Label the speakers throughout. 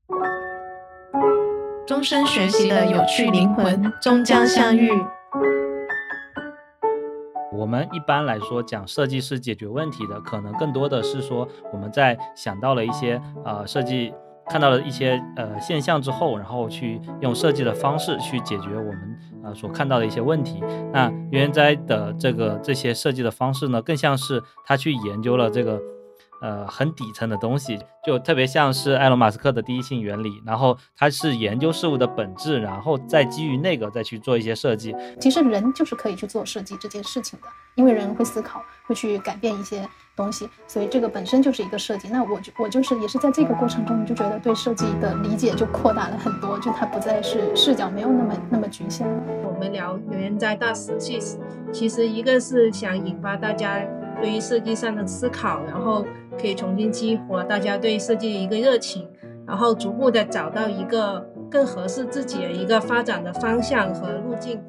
Speaker 1: 终身学习的有趣灵魂终将相遇。
Speaker 2: 我们一般来说讲设计是解决问题的，可能更多的是说我们在想到了一些设计，看到了一些现象之后，然后去用设计的方式去解决我们所看到的一些问题。那袁元斋的这些设计的方式呢，更像是他去研究了这个很底层的东西，就特别像是埃隆·马斯克的第一性原理，然后他是研究事物的本质，然后再基于那个再去做一些设计。
Speaker 3: 其实人就是可以去做设计这件事情的，因为人会思考，会去改变一些东西，所以这个本身就是一个设计。那我就是也是在这个过程中，你就觉得对设计的理解就扩大了很多，就它不再是视角没有那么局限了。
Speaker 4: 我们聊袁元斋大师，其实一个是想引发大家对于设计上的思考，然后可以重新激活大家对设计的一个热情，然后逐步的找到一个更合适自己的一个发展的方向和路径。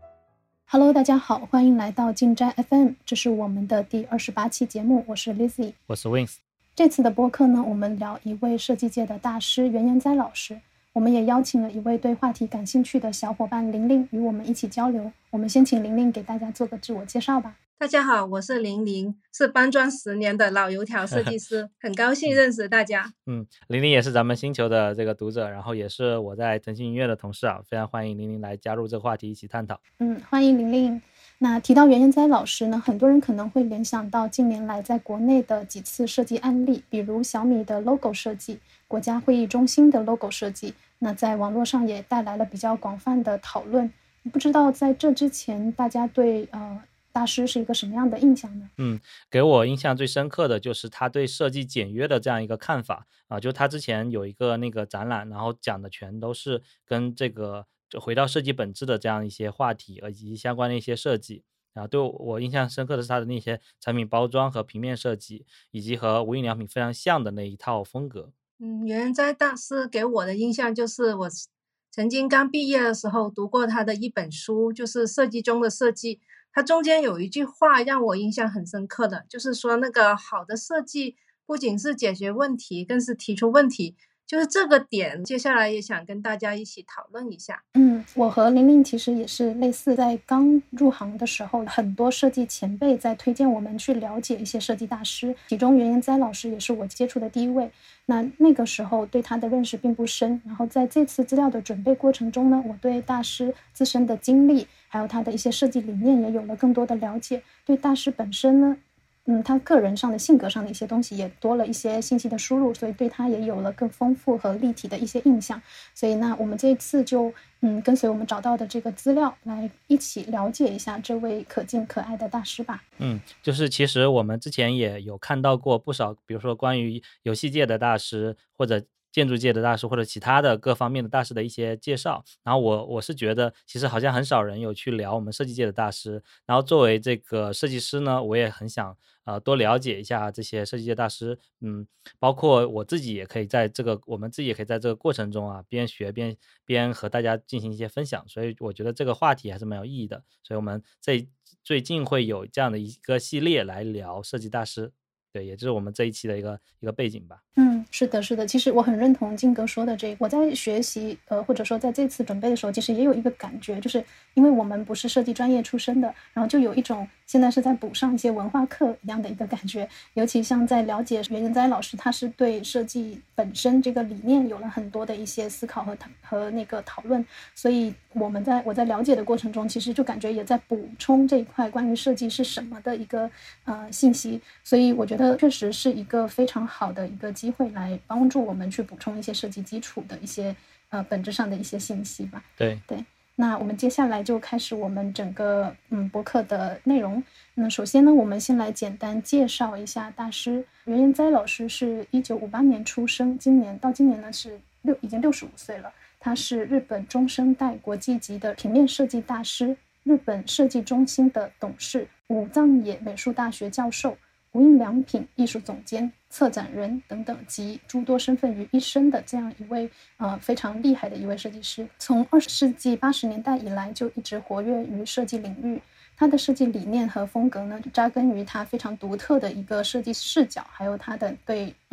Speaker 3: Hello， 大家好，欢迎来到静斋 FM， 这是我们的第28期节目，我是 Lizzy，
Speaker 2: 我是 Wins。
Speaker 3: 这次的播客呢，我们聊一位设计界的大师袁元斋老师，我们也邀请了一位对话题感兴趣的小伙伴玲玲与我们一起交流。我们先请玲玲给大家做个自我介绍吧。
Speaker 4: 大家好，我是玲玲，是搬砖10年的老油条设计师，很高兴认识大家。
Speaker 2: 玲玲也是咱们星球的这个读者，然后也是我在腾讯音乐的同事啊，非常欢迎玲玲来加入这个话题一起探讨。
Speaker 3: 欢迎玲玲。那提到袁元斋老师呢，很多人可能会联想到近年来在国内的几次设计案例，比如小米的 logo 设计，国家会议中心的 logo 设计，那在网络上也带来了比较广泛的讨论。不知道在这之前大家对大师是一个什么样的印象呢？
Speaker 2: 给我印象最深刻的就是他对设计简约的这样一个看法啊，就他之前有一个那个展览，然后讲的全都是跟这个就回到设计本质的这样一些话题以及相关的一些设计啊。对我印象深刻的是他的那些产品包装和平面设计，以及和无印良品非常像的那一套风格。
Speaker 4: 袁元斋大师给我的印象就是我曾经刚毕业的时候读过他的一本书，就是设计中的设计。它中间有一句话让我印象很深刻的，就是说那个好的设计不仅是解决问题，更是提出问题，就是这个点接下来也想跟大家一起讨论一下。
Speaker 3: 我和玲玲其实也是类似，在刚入行的时候，很多设计前辈在推荐我们去了解一些设计大师，其中袁元斋老师也是我接触的第一位。那个时候对他的认识并不深，然后在这次资料的准备过程中呢，我对大师自身的经历还有他的一些设计理念也有了更多的了解，对大师本身呢他个人上的性格上的一些东西也多了一些信息的输入，所以对他也有了更丰富和立体的一些印象。所以那我们这一次就跟随我们找到的这个资料来一起了解一下这位可敬可爱的大师吧。
Speaker 2: 就是其实我们之前也有看到过不少，比如说关于游戏界的大师或者建筑界的大师或者其他的各方面的大师的一些介绍，然后我是觉得其实好像很少人有去聊我们设计界的大师，然后作为这个设计师呢，我也很想多了解一下这些设计界大师，包括我自己也可以在我们自己也可以在这个过程中啊，边学边和大家进行一些分享，所以我觉得这个话题还是蛮有意义的，所以我们最近会有这样的一个系列来聊设计大师，对，也就是我们这一期的一个背景吧。
Speaker 3: 是的，其实我很认同金哥说的这个。我在学习或者说在这次准备的时候，其实也有一个感觉，就是因为我们不是设计专业出身的，然后就有一种现在是在补上一些文化课一样的一个感觉。尤其像在了解袁元斋老师，他是对设计本身这个理念有了很多的一些思考和那个讨论，所以我在了解的过程中，其实就感觉也在补充这一块关于设计是什么的一个信息，所以我觉得确实是一个非常好的一个机会来帮助我们去补充一些设计基础的一些本质上的一些信息吧。
Speaker 2: 对，
Speaker 3: 那我们接下来就开始我们整个播客的内容。那首先呢，我们先来简单介绍一下大师。袁元斋老师是1958年出生，到今年呢是已经65岁了。他是日本中生代国际级的平面设计大师，日本设计中心的董事，武藏野美术大学教授，无印良品艺术总监、策展人等等及诸多身份于一身的这样一位非常厉害的一位设计师。从20世纪80年代以来就一直活跃于设计领域，他的设计理念和风格呢，扎根于他非常独特的一个设计视角，还有他的对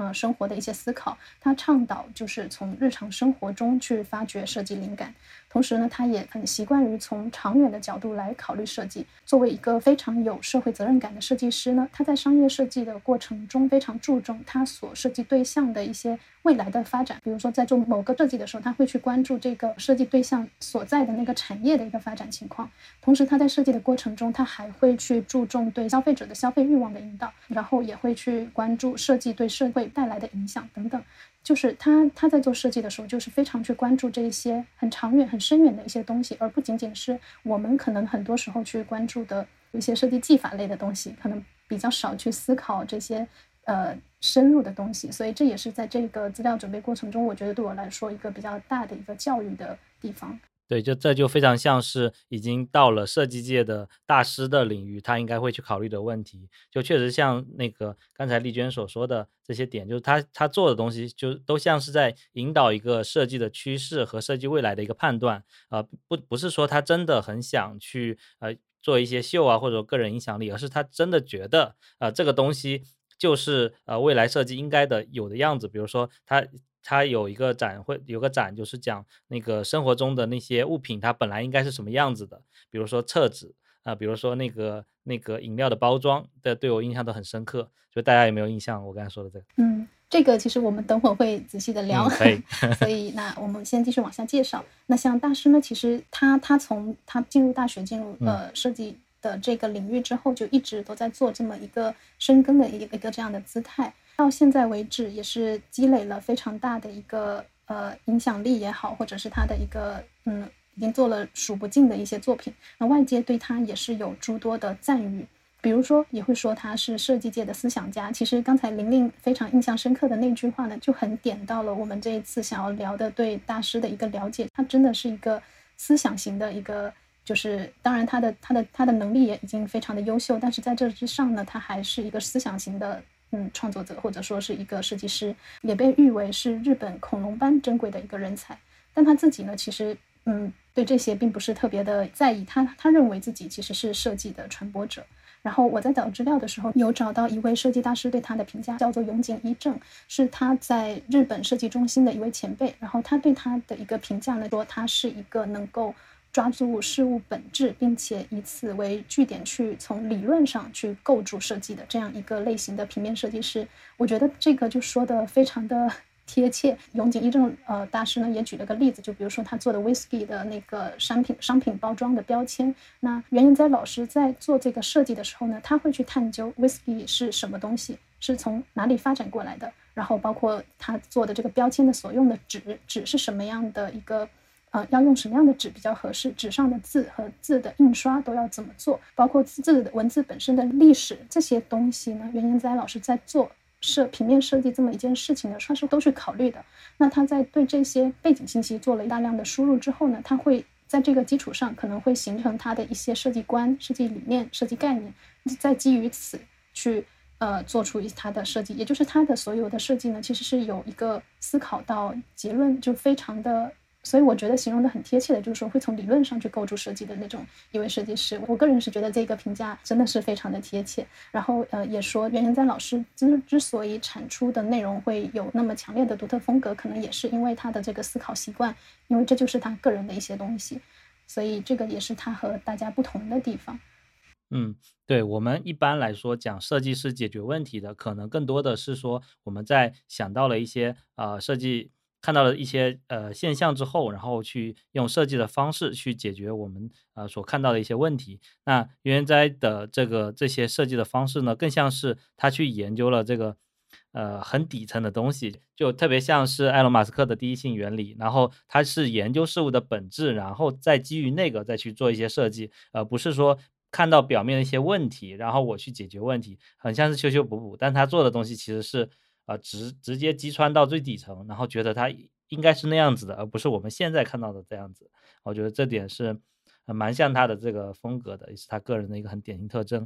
Speaker 3: 生活的一些思考。他倡导就是从日常生活中去发掘设计灵感，同时呢，他也很习惯于从长远的角度来考虑设计。作为一个非常有社会责任感的设计师呢，他在商业设计的过程中非常注重他所设计对象的一些未来的发展。比如说在做某个设计的时候，他会去关注这个设计对象所在的那个产业的一个发展情况，同时他在设计的过程中，他还会去注重对消费者的消费欲望的引导，然后也会去关注设计对社会带来的影响等等。就是他在做设计的时候，就是非常去关注这一些很长远很深远的一些东西，而不仅仅是我们可能很多时候去关注的一些设计技法类的东西，可能比较少去思考这些深入的东西。所以这也是在这个资料准备过程中，我觉得对我来说一个比较大的一个教育的地方。
Speaker 2: 对，这就非常像是已经到了设计界的大师的领域，他应该会去考虑的问题。就确实像那个刚才丽娟所说的这些点，就是他做的东西就都像是在引导一个设计的趋势和设计未来的一个判断。不是说他真的很想去做一些秀啊或者个人影响力，而是他真的觉得这个东西就是未来设计应该的有的样子。比如说它有一个展就是讲那个生活中的那些物品它本来应该是什么样子的，比如说厕纸比如说那个饮料的包装的，对我印象都很深刻。就大家有没有印象我刚才说的这个？
Speaker 3: 这个其实我们等会儿会仔细的聊。
Speaker 2: 可以。
Speaker 3: 所以那我们先继续往下介绍。那像大师呢，其实他从他进入大学进入设计的这个领域之后，就一直都在做这么一个深耕的一个这样的姿态，到现在为止也是积累了非常大的一个影响力也好，或者是他的一个已经做了数不尽的一些作品。那外界对他也是有诸多的赞誉，比如说也会说他是设计界的思想家。其实刚才玲玲非常印象深刻的那句话呢，就很点到了我们这一次想要聊的对大师的一个了解。他真的是一个思想型的一个，就是当然他的能力也已经非常的优秀，但是在这之上呢，他还是一个思想型的创作者，或者说是一个设计师，也被誉为是日本恐龙般珍贵的一个人才。但他自己呢，其实对这些并不是特别的在意，他认为自己其实是设计的传播者。然后我在找资料的时候有找到一位设计大师对他的评价，叫做永井一正，是他在日本设计中心的一位前辈。然后他对他的一个评价呢，说他是一个能够抓住事物本质，并且以此为据点去从理论上去构筑设计的这样一个类型的平面设计师。我觉得这个就说的非常的贴切。永井一正大师呢也举了个例子，就比如说他做的 whisky 的那个商品包装的标签。那袁研哉老师在做这个设计的时候呢，他会去探究 whisky 是什么东西，是从哪里发展过来的，然后包括他做的这个标签的所用的纸是什么样的一个要用什么样的纸比较合适，纸上的字和字的印刷都要怎么做，包括字的文字本身的历史，这些东西呢，袁研哉老师在做平面设计这么一件事情呢，他是都去考虑的。那他在对这些背景信息做了大量的输入之后呢，他会在这个基础上可能会形成他的一些设计观、设计理念、设计概念，再基于此去做出他的设计。也就是他的所有的设计呢，其实是有一个思考到结论，就非常的，所以我觉得形容的很贴切的，就是说会从理论上去构筑设计的那种一位设计师。我个人是觉得这个评价真的是非常的贴切。然后也说袁研哉老师之所以产出的内容会有那么强烈的独特风格，可能也是因为他的这个思考习惯，因为这就是他个人的一些东西，所以这个也是他和大家不同的地方。
Speaker 2: 对，我们一般来说讲设计师解决问题的，可能更多的是说我们在想到了一些设计，看到了一些现象之后，然后去用设计的方式去解决我们所看到的一些问题。那袁研哉的这些设计的方式呢，更像是他去研究了这个很底层的东西，就特别像是埃隆马斯克的第一性原理，然后他是研究事物的本质，然后再基于那个再去做一些设计，不是说看到表面的一些问题，然后我去解决问题，很像是修修补补。但他做的东西其实是直接击穿到最底层，然后觉得它应该是那样子的，而不是我们现在看到的这样子。我觉得这点是蛮像他的这个风格的，也是他个人的一个很典型特征。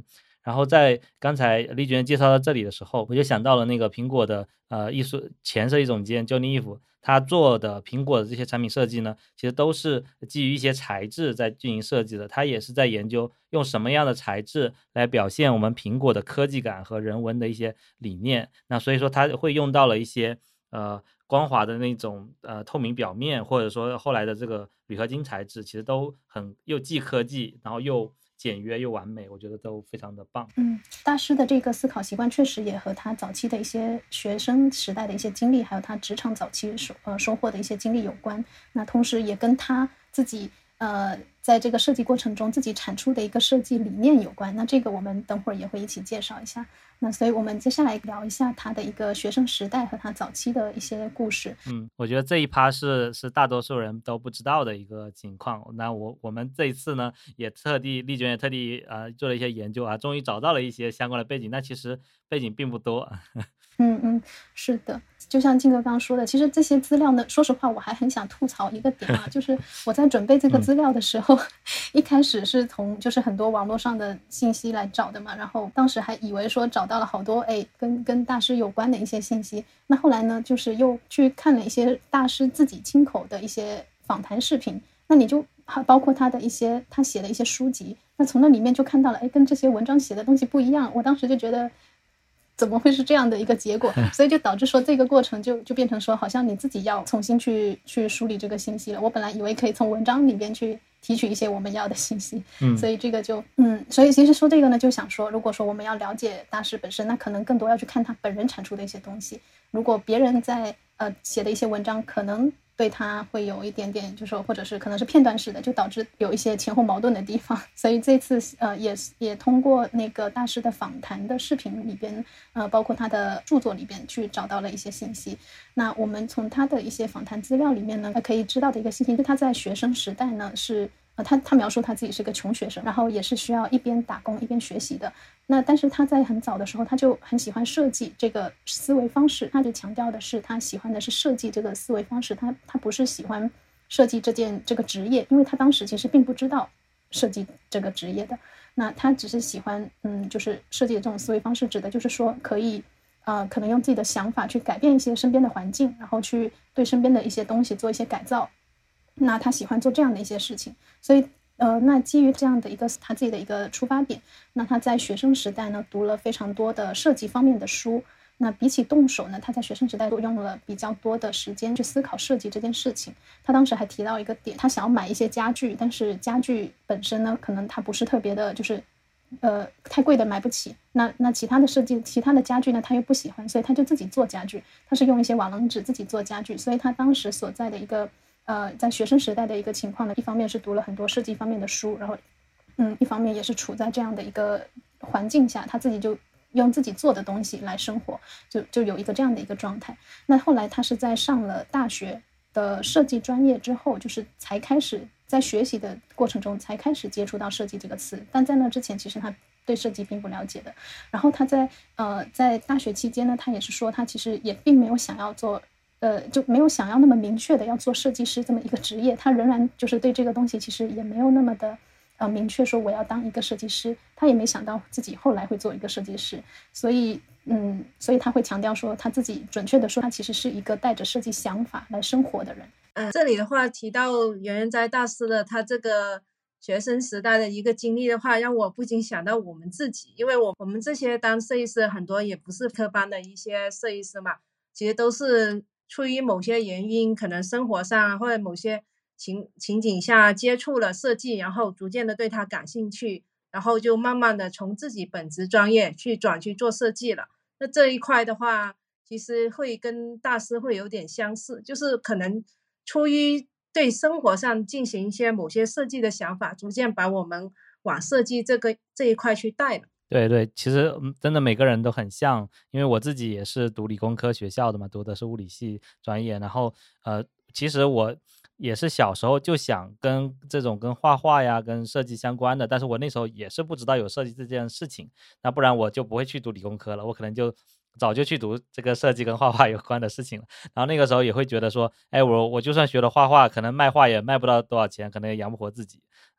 Speaker 2: 然后在刚才丽娟介绍到这里的时候，我就想到了那个苹果的艺术前设计总监 Johnny Ive，他做的苹果的这些产品设计呢，其实都是基于一些材质在进行设计的。他也是在研究用什么样的材质来表现我们苹果的科技感和人文的一些理念。那所以说他会用到了一些光滑的那种透明表面，或者说后来的这个铝合金材质，其实都很又既科技，然后又简约又完美，我觉得都非常的棒。
Speaker 3: 大师的这个思考习惯确实也和他早期的一些学生时代的一些经历，还有他职场早期收获的一些经历有关。那同时也跟他自己在这个设计过程中自己产出的一个设计理念有关。那这个我们等会儿也会一起介绍一下。那所以我们接下来聊一下他的一个学生时代和他早期的一些故事。
Speaker 2: 我觉得这一趴是大多数人都不知道的一个情况。那我们这一次呢，丽娟也特地做了一些研究终于找到了一些相关的背景，那其实背景并不多。
Speaker 3: 是的，就像静哥刚刚说的，其实这些资料呢，说实话我还很想吐槽一个点就是我在准备这个资料的时候一开始是从就是很多网络上的信息来找的嘛，然后当时还以为说找到了好多跟大师有关的一些信息。那后来呢，就是又去看了一些大师自己亲口的一些访谈视频，那你就包括他写的一些书籍，那从那里面就看到了跟这些文章写的东西不一样。我当时就觉得怎么会是这样的一个结果，所以就导致说这个过程就变成说好像你自己要重新去梳理这个信息了。我本来以为可以从文章里边去提取一些我们要的信息，所以这个就所以其实说这个呢，就想说如果说我们要了解大师本身，那可能更多要去看他本人产出的一些东西。如果别人在写的一些文章可能对他会有一点点，就是说或者是可能是片段式的，就导致有一些前后矛盾的地方。所以这次也通过那个大师的访谈的视频里边包括他的著作里边去找到了一些信息。那我们从他的一些访谈资料里面呢，可以知道的一个信息，就他在学生时代呢是他描述他自己是个穷学生，然后也是需要一边打工一边学习的。那但是他在很早的时候他就很喜欢设计这个思维方式，他就强调的是他喜欢的是设计这个思维方式，他不是喜欢设计这个职业，因为他当时其实并不知道设计这个职业的。那他只是喜欢就是设计的这种思维方式，指的就是说可以可能用自己的想法去改变一些身边的环境，然后去对身边的一些东西做一些改造。那他喜欢做这样的一些事情，所以那基于这样的一个他自己的一个出发点，那他在学生时代呢读了非常多的设计方面的书。那比起动手呢，他在学生时代都用了比较多的时间去思考设计这件事情。他当时还提到一个点，他想要买一些家具，但是家具本身呢可能他不是特别的就是太贵的买不起，那其他的设计其他的家具呢他又不喜欢，所以他就自己做家具，他是用一些瓦楞纸自己做家具。所以他当时所在的一个在学生时代的一个情况呢，一方面是读了很多设计方面的书，然后一方面也是处在这样的一个环境下，他自己就用自己做的东西来生活，就有一个这样的一个状态。那后来他是在上了大学的设计专业之后，就是才开始在学习的过程中才开始接触到设计这个词，但在那之前其实他对设计并不了解的。然后他在大学期间呢，他也是说他其实也并没有想要做就没有想要那么明确的要做设计师这么一个职业，他仍然就是对这个东西其实也没有那么的明确说我要当一个设计师，他也没想到自己后来会做一个设计师。所以他会强调说他自己准确的说他其实是一个带着设计想法来生活的人。
Speaker 4: 这里的话提到袁哉大师的他这个学生时代的一个经历的话，让我不禁想到我们自己，因为我们这些当设计师很多也不是科班的一些设计师嘛，其实都是出于某些原因，可能生活上或者某些情景下接触了设计，然后逐渐的对它感兴趣，然后就慢慢的从自己本职专业转去做设计了。那这一块的话，其实会跟大师会有点相似，就是可能出于对生活上进行一些某些设计的想法，逐渐把我们往设计这一块去带了。
Speaker 2: 对，其实真的每个人都很像，因为我自己也是读理工科学校的嘛，读的是物理系专业，然后其实我也是小时候就想跟画画呀跟设计相关的，但是我那时候也是不知道有设计这件事情，那不然我就不会去读理工科了，我可能就早就去读这个设计跟画画有关的事情了。然后那个时候也会觉得说我就算学了画画，可能卖画也卖不到多少钱，可能也养不活自己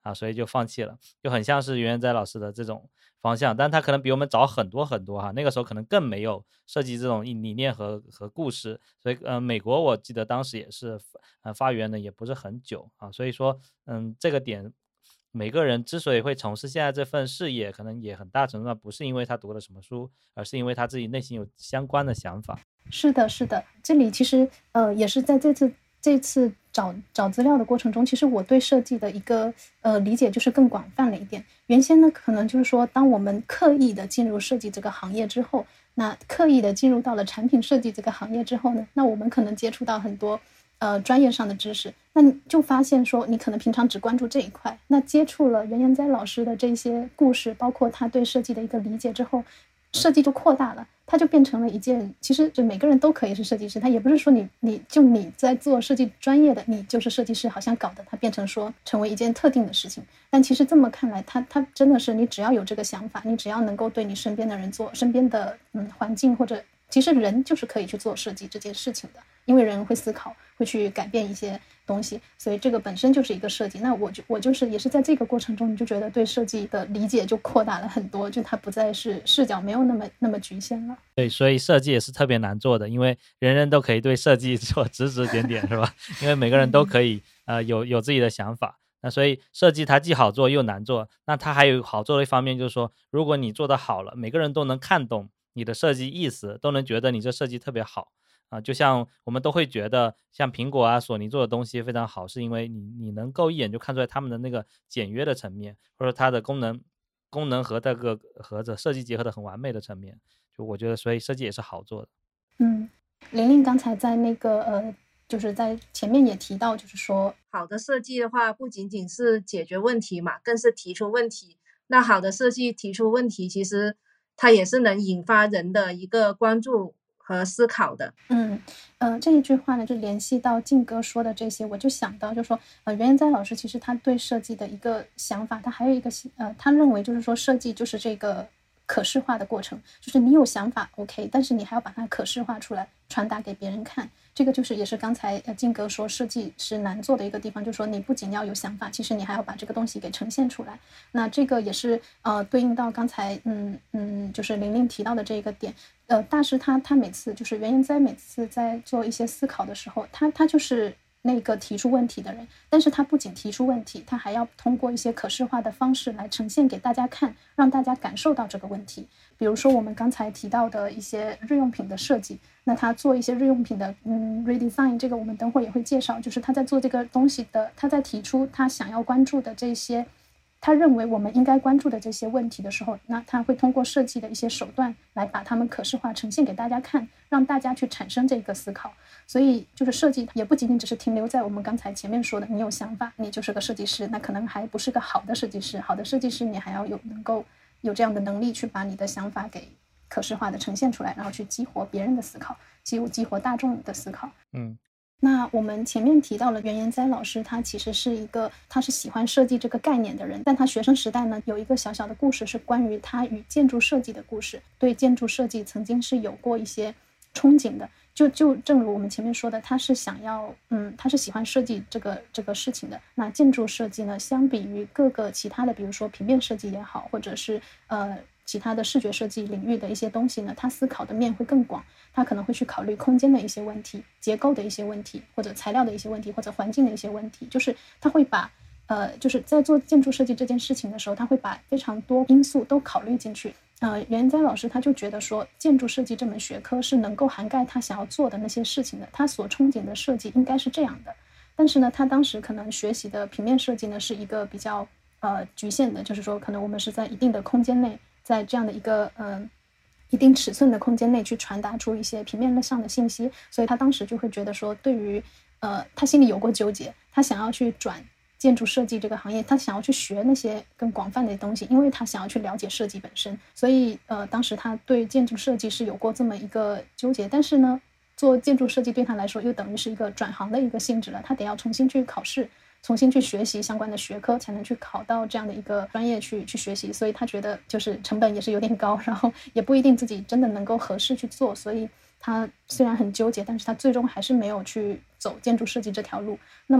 Speaker 2: 啊，所以就放弃了，就很像是袁元哉老师的这种方向，但他可能比我们早很多很多哈，那个时候可能更没有设计这种理念和故事，所以美国我记得当时也是发源的也不是很久啊，所以说这个点。每个人之所以会从事现在这份事业，可能也很大程度上不是因为他读了什么书，而是因为他自己内心有相关的想法。
Speaker 3: 是的，是的，这里其实也是在这次找资料的过程中，其实我对设计的一个理解就是更广泛了一点。原先呢，可能就是说，当我们刻意的进入设计这个行业之后，那刻意的进入到了产品设计这个行业之后呢，那我们可能接触到很多专业上的知识，那你就发现说，你可能平常只关注这一块，那接触了袁元哉老师的这些故事，包括他对设计的一个理解之后，设计就扩大了，它就变成了一件，其实就每个人都可以是设计师，他也不是说你在做设计专业的你就是设计师，好像搞得它变成说成为一件特定的事情。但其实这么看来，它真的是你只要有这个想法，你只要能够对你身边的人做，身边的环境，或者其实人就是可以去做设计这件事情的，因为人会思考，会去改变一些东西，所以这个本身就是一个设计。那我就是也是在这个过程中，你就觉得对设计的理解就扩大了很多，就它不再是视角没有那么局限了。
Speaker 2: 对，所以设计也是特别难做的，因为人人都可以对设计做指指点点，是吧？因为每个人都可以有自己的想法。那所以设计它既好做又难做，那它还有好做的一方面就是说，如果你做得好了，每个人都能看懂你的设计意思，都能觉得你这设计特别好啊。就像我们都会觉得像苹果啊、索尼做的东西非常好，是因为你能够一眼就看出来他们的那个简约的层面，或者它的功能和这个和着设计结合的很完美的层面，就我觉得所以设计也是好做的。
Speaker 3: 玲玲刚才在那个就是在前面也提到，就是说
Speaker 4: 好的设计的话，不仅仅是解决问题嘛，更是提出问题。那好的设计提出问题，其实它也是能引发人的一个关注和思考的。
Speaker 3: 这一句话呢，就联系到靖哥说的这些，我就想到，就说袁元哉老师其实他对设计的一个想法，他还有一个他认为就是说设计就是这个可视化的过程，就是你有想法 OK， 但是你还要把它可视化出来，传达给别人看。这个就是也是刚才靖哥说设计是难做的一个地方，就是说你不仅要有想法，其实你还要把这个东西给呈现出来。那这个也是对应到刚才就是玲玲提到的这个点。大师他每次就是袁元哉每次在做一些思考的时候，他就是那个提出问题的人，但是他不仅提出问题，他还要通过一些可视化的方式来呈现给大家看，让大家感受到这个问题。比如说我们刚才提到的一些日用品的设计，那他做一些日用品的redesign， 这个我们等会儿也会介绍，就是他在做这个东西的，他在提出他想要关注的这些他认为我们应该关注的这些问题的时候，那他会通过设计的一些手段来把它们可视化呈现给大家看，让大家去产生这个思考。所以就是设计也不仅仅只是停留在我们刚才前面说的你有想法你就是个设计师，那可能还不是个好的设计师。好的设计师你还要能够有这样的能力去把你的想法给可视化的呈现出来，然后去激活别人的思考，激活大众的思考。那我们前面提到了袁元哉老师，他其实是他是喜欢设计这个概念的人，但他学生时代呢有一个小小的故事，是关于他与建筑设计的故事，对建筑设计曾经是有过一些憧憬的。就正如我们前面说的，他是想要他是喜欢设计这个事情的。那建筑设计呢，相比于各个其他的，比如说平面设计也好，或者是其他的视觉设计领域的一些东西呢，他思考的面会更广，他可能会去考虑空间的一些问题、结构的一些问题，或者材料的一些问题，或者环境的一些问题，就是他会把就是在做建筑设计这件事情的时候，他会把非常多因素都考虑进去。袁元哉老师他就觉得说，建筑设计这门学科是能够涵盖他想要做的那些事情的，他所憧憬的设计应该是这样的。但是呢，他当时可能学习的平面设计呢是一个比较局限的，就是说可能我们是在一定的空间内，在这样的一个一定尺寸的空间内去传达出一些平面上的信息，所以他当时就会觉得说，对于他心里有过纠结，他想要去转建筑设计这个行业，他想要去学那些更广泛的东西，因为他想要去了解设计本身，所以当时他对建筑设计是有过这么一个纠结。但是呢，做建筑设计对他来说又等于是一个转行的一个性质了，他得要重新去考试，重新去学习相关的学科，才能去考到这样的一个专业去学习。所以他觉得就是成本也是有点高，然后也不一定自己真的能够合适去做，所以他虽然很纠结，但是他最终还是没有去走建筑设计这条路。那么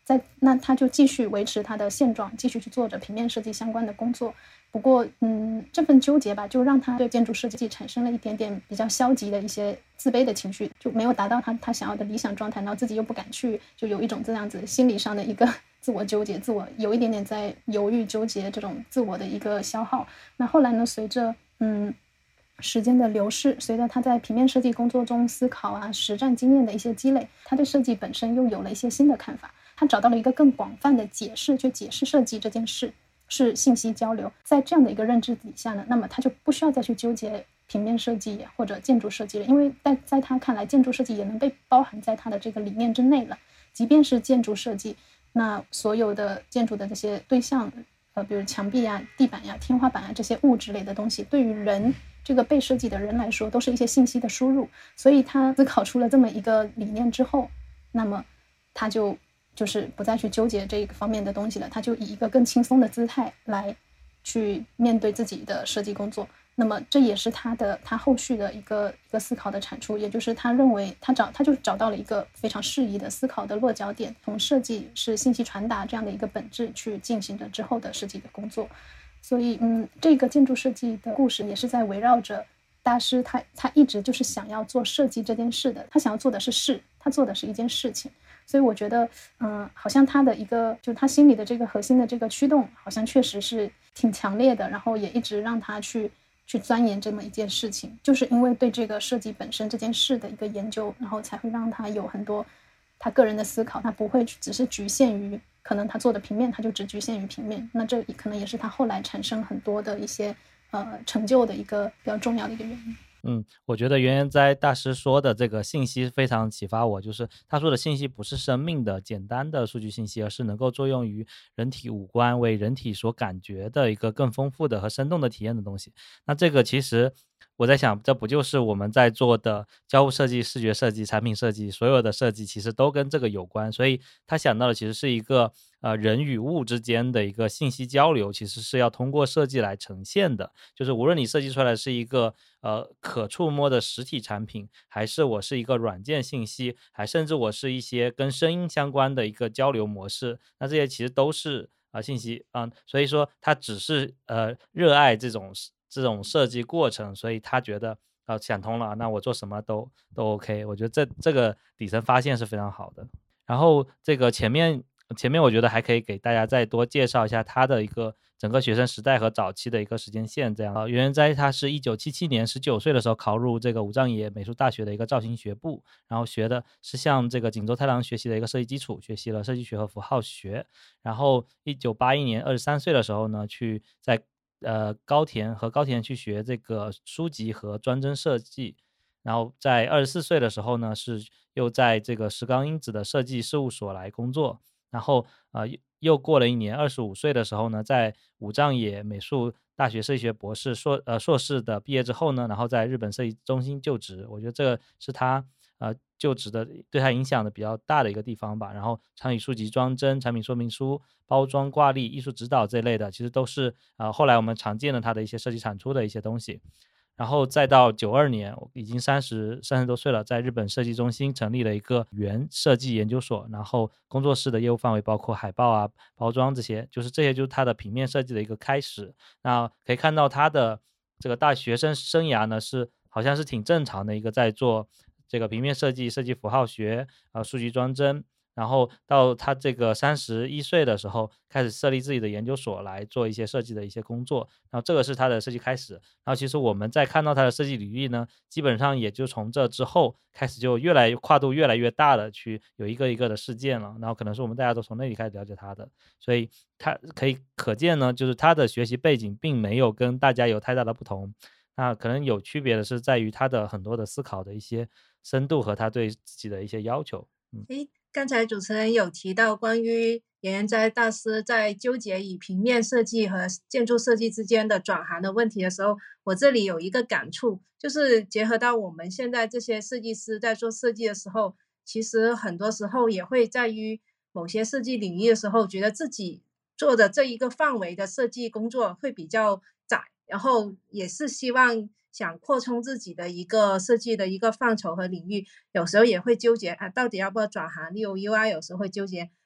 Speaker 3: 那他就继续维持他的现状，继续去做着平面设计相关的工作。不过这份纠结吧，就让他对建筑设计产生了一点点比较消极的一些自卑的情绪，就没有达到他想要的理想状态，然后自己又不敢去，就有一种这样子心理上的一个自我纠结，自我有一点点在犹豫纠结，这种自我的一个消耗。那后来呢，随着时间的流逝，随着他在平面设计工作中思考啊、实战经验的一些积累，他对设计本身又有了一些新的看法。他找到了一个更广泛的解释，去解释设计这件事是信息交流。在这样的一个认知底下呢，那么他就不需要再去纠结平面设计或者建筑设计了，因为在他看来，建筑设计也能被包含在他的这个理念之内了。即便是建筑设计，那所有的建筑的这些对象，比如墙壁啊、地板呀、天花板啊这些物质类的东西，对于人这个被设计的人来说，都是一些信息的输入。所以他思考出了这么一个理念之后，那么他就是不再去纠结这个方面的东西了，他就以一个更轻松的姿态来去面对自己的设计工作。那么这也是他后续的一个思考的产出，也就是他认为他就找到了一个非常适宜的思考的落脚点，从设计是信息传达这样的一个本质去进行着之后的设计的工作。所以这个建筑设计的故事也是在围绕着大师他一直就是想要做设计这件事的，他想要做的是事，他做的是一件事情。所以我觉得好像他的一个就他心里的这个核心的这个驱动好像确实是挺强烈的，然后也一直让他去钻研这么一件事情，就是因为对这个设计本身这件事的一个研究，然后才会让他有很多他个人的思考，他不会只是局限于可能他做的平面，他就只局限于平面。那这可能也是他后来产生很多的一些成就的一个比较重要的一个原因。
Speaker 2: 我觉得袁研哉大师说的这个信息非常启发我，就是他说的信息不是生命的简单的数据信息，而是能够作用于人体五官，为人体所感觉的一个更丰富的和生动的体验的东西。那这个其实我在想，这不就是我们在做的交互设计、视觉设计、产品设计，所有的设计其实都跟这个有关。所以他想到的其实是一个人与物之间的一个信息交流，其实是要通过设计来呈现的。就是无论你设计出来是一个可触摸的实体产品，还是我是一个软件信息，还甚至我是一些跟声音相关的一个交流模式，那这些其实都是信息所以说他只是热爱这种设计过程，所以他觉得想通了，那我做什么都 OK。 我觉得这个底层发现是非常好的。然后这个前面我觉得还可以给大家再多介绍一下他的一个整个学生时代和早期的一个时间线。这样袁研哉他是1977年19岁的时候考入这个武藏野美术大学的一个造型学部，然后学的是向这个井州太郎学习的一个设计基础，学习了设计学和符号学。然后1981年23岁的时候呢，去在高田去学这个书籍和专针设计。然后在24岁的时候呢，是又在这个石冈英子的设计事务所来工作。然后又过了一年，25岁的时候呢，在武藏野美术大学设计学博士硕士的毕业之后呢，然后在日本设计中心就职。我觉得这个是他就职的对他影响的比较大的一个地方吧。然后参与书籍装帧、产品说明书、包装挂历、艺术指导这类的，其实都是后来我们常见的他的一些设计产出的一些东西。然后再到92年，已经30多岁了，在日本设计中心成立了一个原设计研究所，然后工作室的业务范围包括海报啊、包装这些，就是他的平面设计的一个开始。那可以看到他的这个大学生生涯呢，好像是挺正常的一个，在做这个平面设计、设计符号学、数据装帧。然后到他这个31岁的时候，开始设立自己的研究所来做一些设计的一些工作。然后这个是他的设计开始。然后其实我们在看到他的设计履历呢，基本上也就从这之后开始就跨度越来越大的去有一个一个的事件了。然后可能是我们大家都从那里开始了解他的，所以他可见呢，就是他的学习背景并没有跟大家有太大的不同。那可能有区别的是在于他的很多的思考的一些深度和他对自己的一些要求。
Speaker 4: 刚才主持人有提到关于袁研哉大师在纠结以平面设计和建筑设计之间的转行的问题的时候，我这里有一个感触，就是结合到我们现在这些设计师在做设计的时候，其实很多时候也会在于某些设计领域的时候，觉得自己做的这一个范围的设计工作会比较窄，然后也是希望想扩充自己的一个设计的一个范畴和领域，有时候也会纠结到底要不要转行。例如 UI 有时候会纠结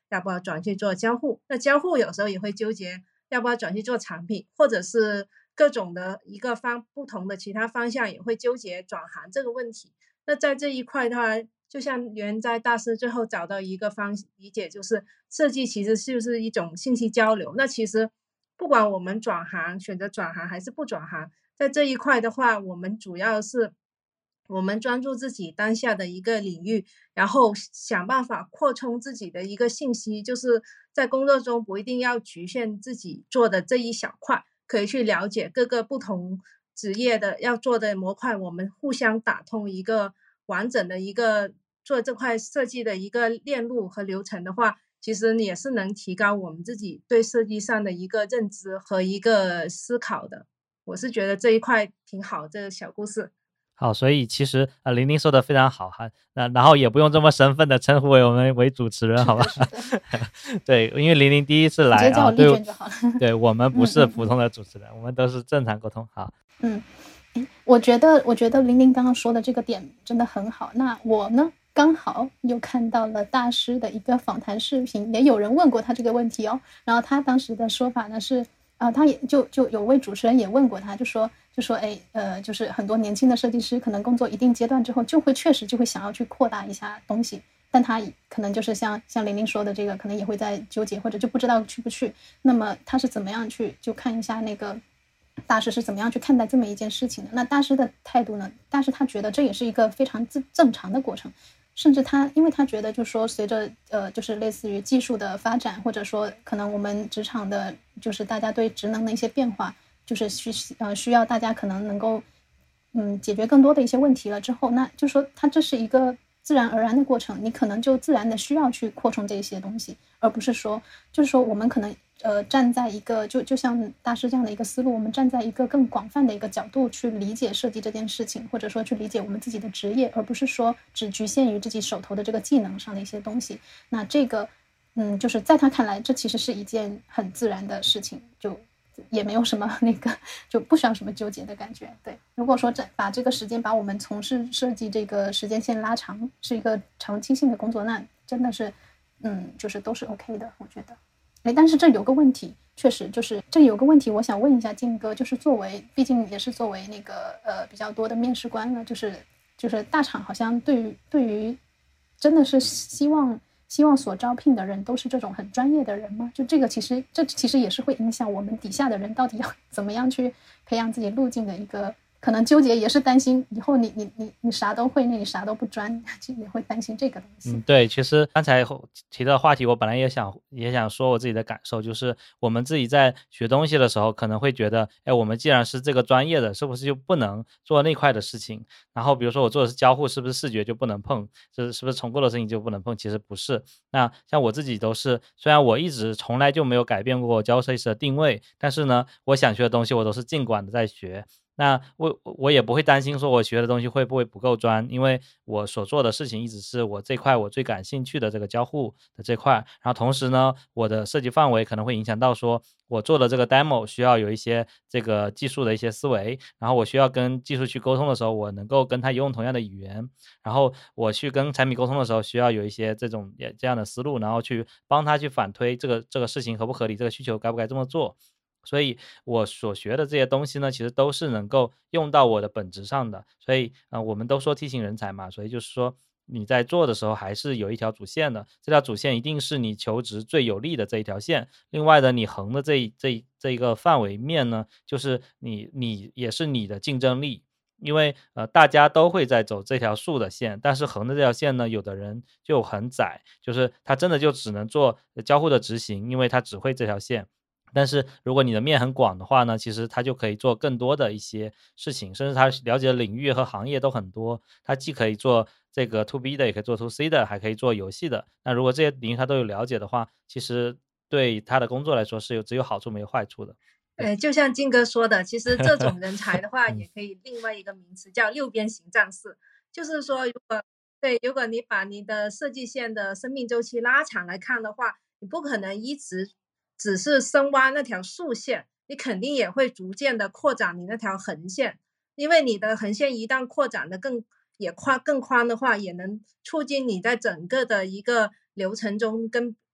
Speaker 4: 要不要转去做交互。那交互有时候也会纠结要不要转去做产品，或者是各种的一个不同的其他方向也会纠结转行这个问题。那在这一块的话，就像原在大师最后找到一个理解，就是设计其实就是一种信息交流。那其实不管我们选择转行还是不转行，在这一块的话，我们主要是我们专注自己当下的一个领域，然后想办法扩充自己的一个信息，就是在工作中不一定要局限自己做的这一小块，可以去了解各个不同职业的要做的模块，我们互相打通一个完整的一个做这块设计的一个链路和流程的话，其实也是能提高我们自己对设计上的一个认知和一个思考的。我是觉得这一块挺好，这个小故事。
Speaker 2: 好，所以其实玲玲说的非常好哈，然后也不用这么生分的称呼我们为主持人，好吧？对，因为玲玲第一次来
Speaker 3: 直接叫我丽娟就好了。
Speaker 2: 对，我们不是普通的主持人，我们都是正常沟通。好，
Speaker 3: 我觉得玲玲刚刚说的这个点真的很好。那我呢，刚好又看到了大师的一个访谈视频，也有人问过他这个问题哦。然后他当时的说法呢是，他也就有位主持人也问过他，就说就是很多年轻的设计师可能工作一定阶段之后，确实就会想要去扩大一下东西，但他可能就是像玲玲说的这个，可能也会在纠结，或者就不知道去不去。那么他是怎么样去就看一下那个大师是怎么样去看待这么一件事情的？那大师的态度呢？大师他觉得这也是一个非常正常的过程，甚至因为他觉得就是说随着就是类似于技术的发展，或者说可能我们职场的就是大家对职能的一些变化，就是需要大家可能能够解决更多的一些问题了之后，那就说它这是一个自然而然的过程，你可能就自然的需要去扩充这些东西，而不是说就是说我们可能站在一个就像大师这样的一个思路，我们站在一个更广泛的一个角度去理解设计这件事情，或者说去理解我们自己的职业，而不是说只局限于自己手头的这个技能上的一些东西。那这个就是在他看来，这其实是一件很自然的事情，就也没有什么那个，就不需要什么纠结的感觉。对，如果说把这个时间，把我们从事设计这个时间线拉长，是一个长期性的工作，那真的是就是都是 OK 的，我觉得。但是这有个问题，确实就是这有个问题，我想问一下靖哥，就是毕竟也是作为那个比较多的面试官了，就是大厂好像对于真的是希望所招聘的人都是这种很专业的人吗？就这其实也是会影响我们底下的人到底要怎么样去培养自己路径的一个。可能纠结也是担心以后你啥都会，那你啥都不专，也会担心这个东西。
Speaker 2: 对，其实刚才提到的话题，我本来也想说我自己的感受，就是我们自己在学东西的时候，可能会觉得，我们既然是这个专业的，是不是就不能做那块的事情？然后比如说我做的是交互，是不是视觉就不能碰？是不是重构的事情就不能碰？其实不是。那像我自己都是，虽然我一直从来就没有改变过交互设计师的定位，但是呢，我想学的东西我都是尽管的在学。那我也不会担心说我学的东西会不会不够专，因为我所做的事情一直是我这块我最感兴趣的这个交互的这块，然后同时呢，我的设计范围可能会影响到说我做的这个 demo 需要有一些这个技术的一些思维，然后我需要跟技术去沟通的时候，我能够跟他用同样的语言，然后我去跟产品沟通的时候，需要有一些这样的思路，然后去帮他去反推这个事情合不合理，这个需求该不该这么做。所以我所学的这些东西呢，其实都是能够用到我的本质上的。所以我们都说 T 型人才嘛，所以就是说你在做的时候还是有一条主线的，这条主线一定是你求职最有利的这一条线。另外的你横的这一个范围面呢，就是你也是你的竞争力。因为大家都会在走这条竖的线，但是横的这条线呢，有的人就很窄，就是他真的就只能做交互的执行，因为他只会这条线。但是如果你的面很广的话呢，其实他就可以做更多的一些事情，甚至他了解的领域和行业都很多，他既可以做这个 to B 的，也可以做 to C 的，还可以做游戏的。那如果这些领域他都有了解的话，其实对他的工作来说是只有好处没有坏处的。
Speaker 4: 就像靖哥说的，其实这种人才的话，也可以另外一个名词叫六边形战士，就是说如果你把你的设计线的生命周期拉长来看的话，你不可能一直只是深挖那条竖线，你肯定也会逐渐的扩展你那条横线，因为你的横线一旦扩展的更宽的话，也能促进你在整个的一个流程中跟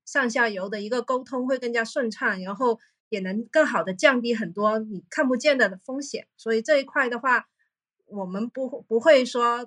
Speaker 4: 上下游的一个沟通会更加顺畅，然后也能更好的降低很多你看不见的风险。所以这一块的话，我们不会说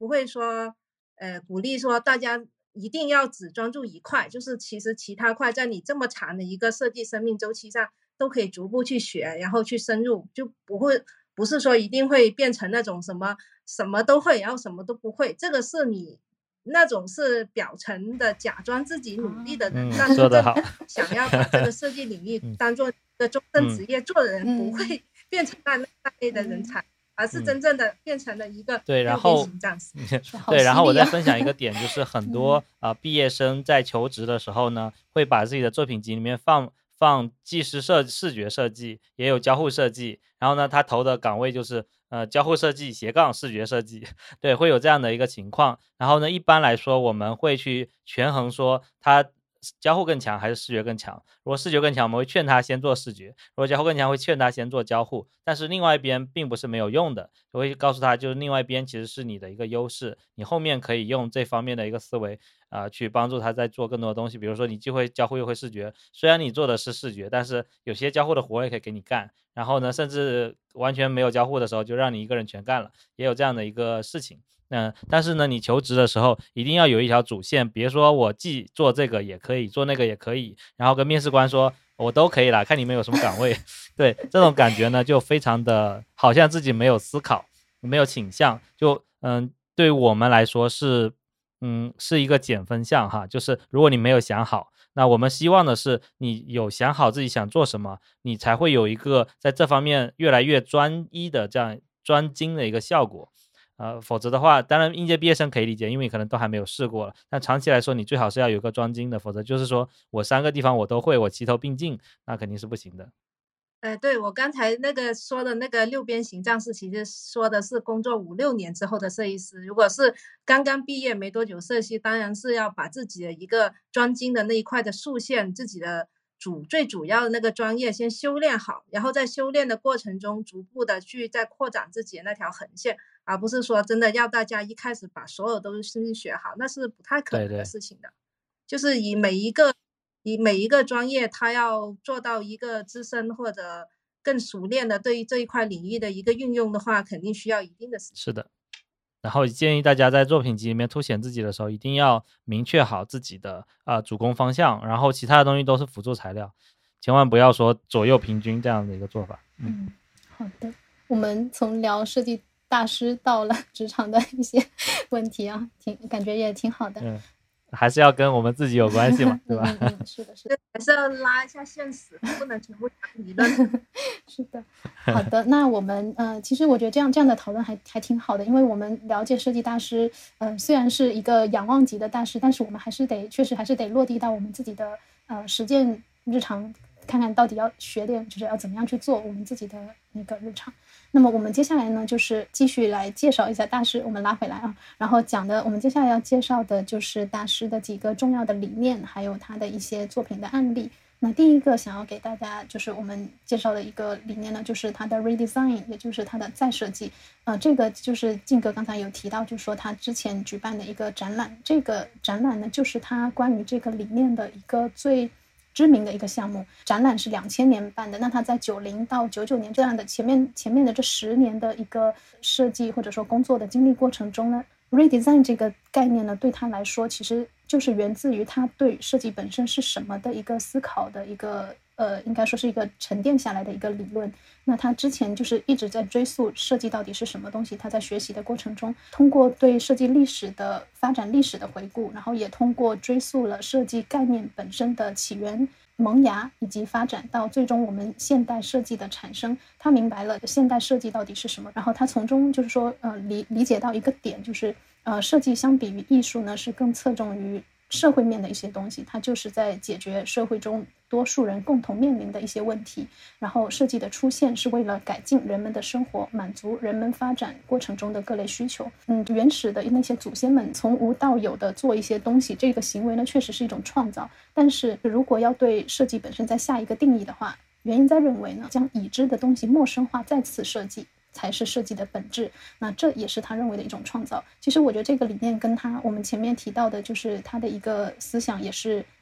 Speaker 4: 鼓励说大家一定要只专注一块，就是其实其他块在你这么长的一个设计生命周期上都可以逐步去学，然后去深入，就不是说一定会变成那种什么都会，然后什么都不会，这个是你那种是表层的假装自己努力的人，但是
Speaker 2: 说得好，
Speaker 4: 想要把这个设计领域当做一个终身职业做的人，不会变成那类的人才，而是真正的变成了一个
Speaker 2: 对，然后
Speaker 4: 形战士。
Speaker 2: 对，然后我再分享一个点，就是很多毕业生在求职的时候呢，会把自己的作品集里面放既是视觉设计，也有交互设计，然后呢，他投的岗位就是交互设计斜杠视觉设计，对，会有这样的一个情况。然后呢，一般来说我们会去权衡说他交互更强还是视觉更强。如果视觉更强，我们会劝他先做视觉；如果交互更强，会劝他先做交互。但是另外一边并不是没有用的，我会告诉他，就是另外一边其实是你的一个优势，你后面可以用这方面的一个思维去帮助他在做更多的东西。比如说你既会交互又会视觉，虽然你做的是视觉，但是有些交互的活也可以给你干。然后呢，甚至完全没有交互的时候，就让你一个人全干了，也有这样的一个事情。但是呢，你求职的时候一定要有一条主线，别说我既做这个也可以，做那个也可以，然后跟面试官说我都可以啦，看你们有什么岗位。对，这种感觉呢，就非常的好像自己没有思考，没有倾向，就对于我们来说是一个减分项哈，就是如果你没有想好，那我们希望的是你有想好自己想做什么，你才会有一个在这方面越来越专一的这样专精的一个效果。否则的话，当然应届毕业生可以理解，因为你可能都还没有试过了，但长期来说你最好是要有个专精的，否则就是说我3个地方我都会，我齐头并进，那肯定是不行的。
Speaker 4: 对，我刚才说的那个6边形战士，其实说的是工作5、6年之后的设计师。如果是刚刚毕业没多久设计，当然是要把自己的一个专精的那一块的竖线，自己的最主要的那个专业先修炼好，然后在修炼的过程中逐步的去再扩展自己的那条横线，而不是说真的要大家一开始把所有都是学好，那是不太可能的事情的。就是以每一个专业，他要做到一个资深或者更熟练的对于这一块领域的一个运用的话，肯定需要一定的时间。
Speaker 2: 是的。然后建议大家在作品集里面凸显自己的时候，一定要明确好自己的主攻方向，然后其他的东西都是辅助材料，千万不要说左右平均这样的一个做法。
Speaker 3: 好的，我们从聊设计大师到了职场的一些问题啊，感觉也挺好的。
Speaker 2: 还是要跟我们自己有关系嘛，对吧？
Speaker 3: 是的，是的，
Speaker 4: 还是要拉一下现实，不能全部讲理论。
Speaker 3: 是的，好的。那我们其实我觉得这样的讨论还挺好的，因为我们了解设计大师，虽然是一个仰望级的大师，但是我们确实还是得落地到我们自己的实践日常，看看到底要学点，就是要怎么样去做我们自己的那个日常。那么我们接下来呢，就是继续来介绍一下大师，我们拉回来啊，然后我们接下来要介绍的就是大师的几个重要的理念，还有他的一些作品的案例。那第一个想要给大家就是我们介绍的一个理念呢，就是他的 redesign， 也就是他的再设计。这个就是靖哥刚才有提到，就是说他之前举办的一个展览，这个展览呢就是他关于这个理念的一个最知名的一个项目。展览是2000年办的，那他在90到99年这样的前面的这10年的一个设计或者说工作的经历过程中呢， redesign 这个概念呢对他来说其实就是源自于他对设计本身是什么的一个思考的一个应该说是一个沉淀下来的一个理论。那他之前就是一直在追溯设计到底是什么东西，他在学习的过程中，通过对设计历史的发展历史的回顾，然后也通过追溯了设计概念本身的起源、萌芽以及发展，到最终我们现代设计的产生。他明白了现代设计到底是什么，然后他从中就是说理解到一个点，就是设计相比于艺术呢是更侧重于社会面的一些东西，它就是在解决社会中多数人共同面临的一些问题，然后设计的出现是为了改进人们的生活，满足人们发展过程中的各类需求。原始的那些祖先们从无到有的做一些东西，这个行为呢确实是一种创造，但是如果要对设计本身再下一个定义的话，原因在认为呢，将已知的东西陌生化再次设计才是设计的本质，那这也是他认为的一种创造。其实我觉得这个理念跟我们前面提到的就是他的一个思想也是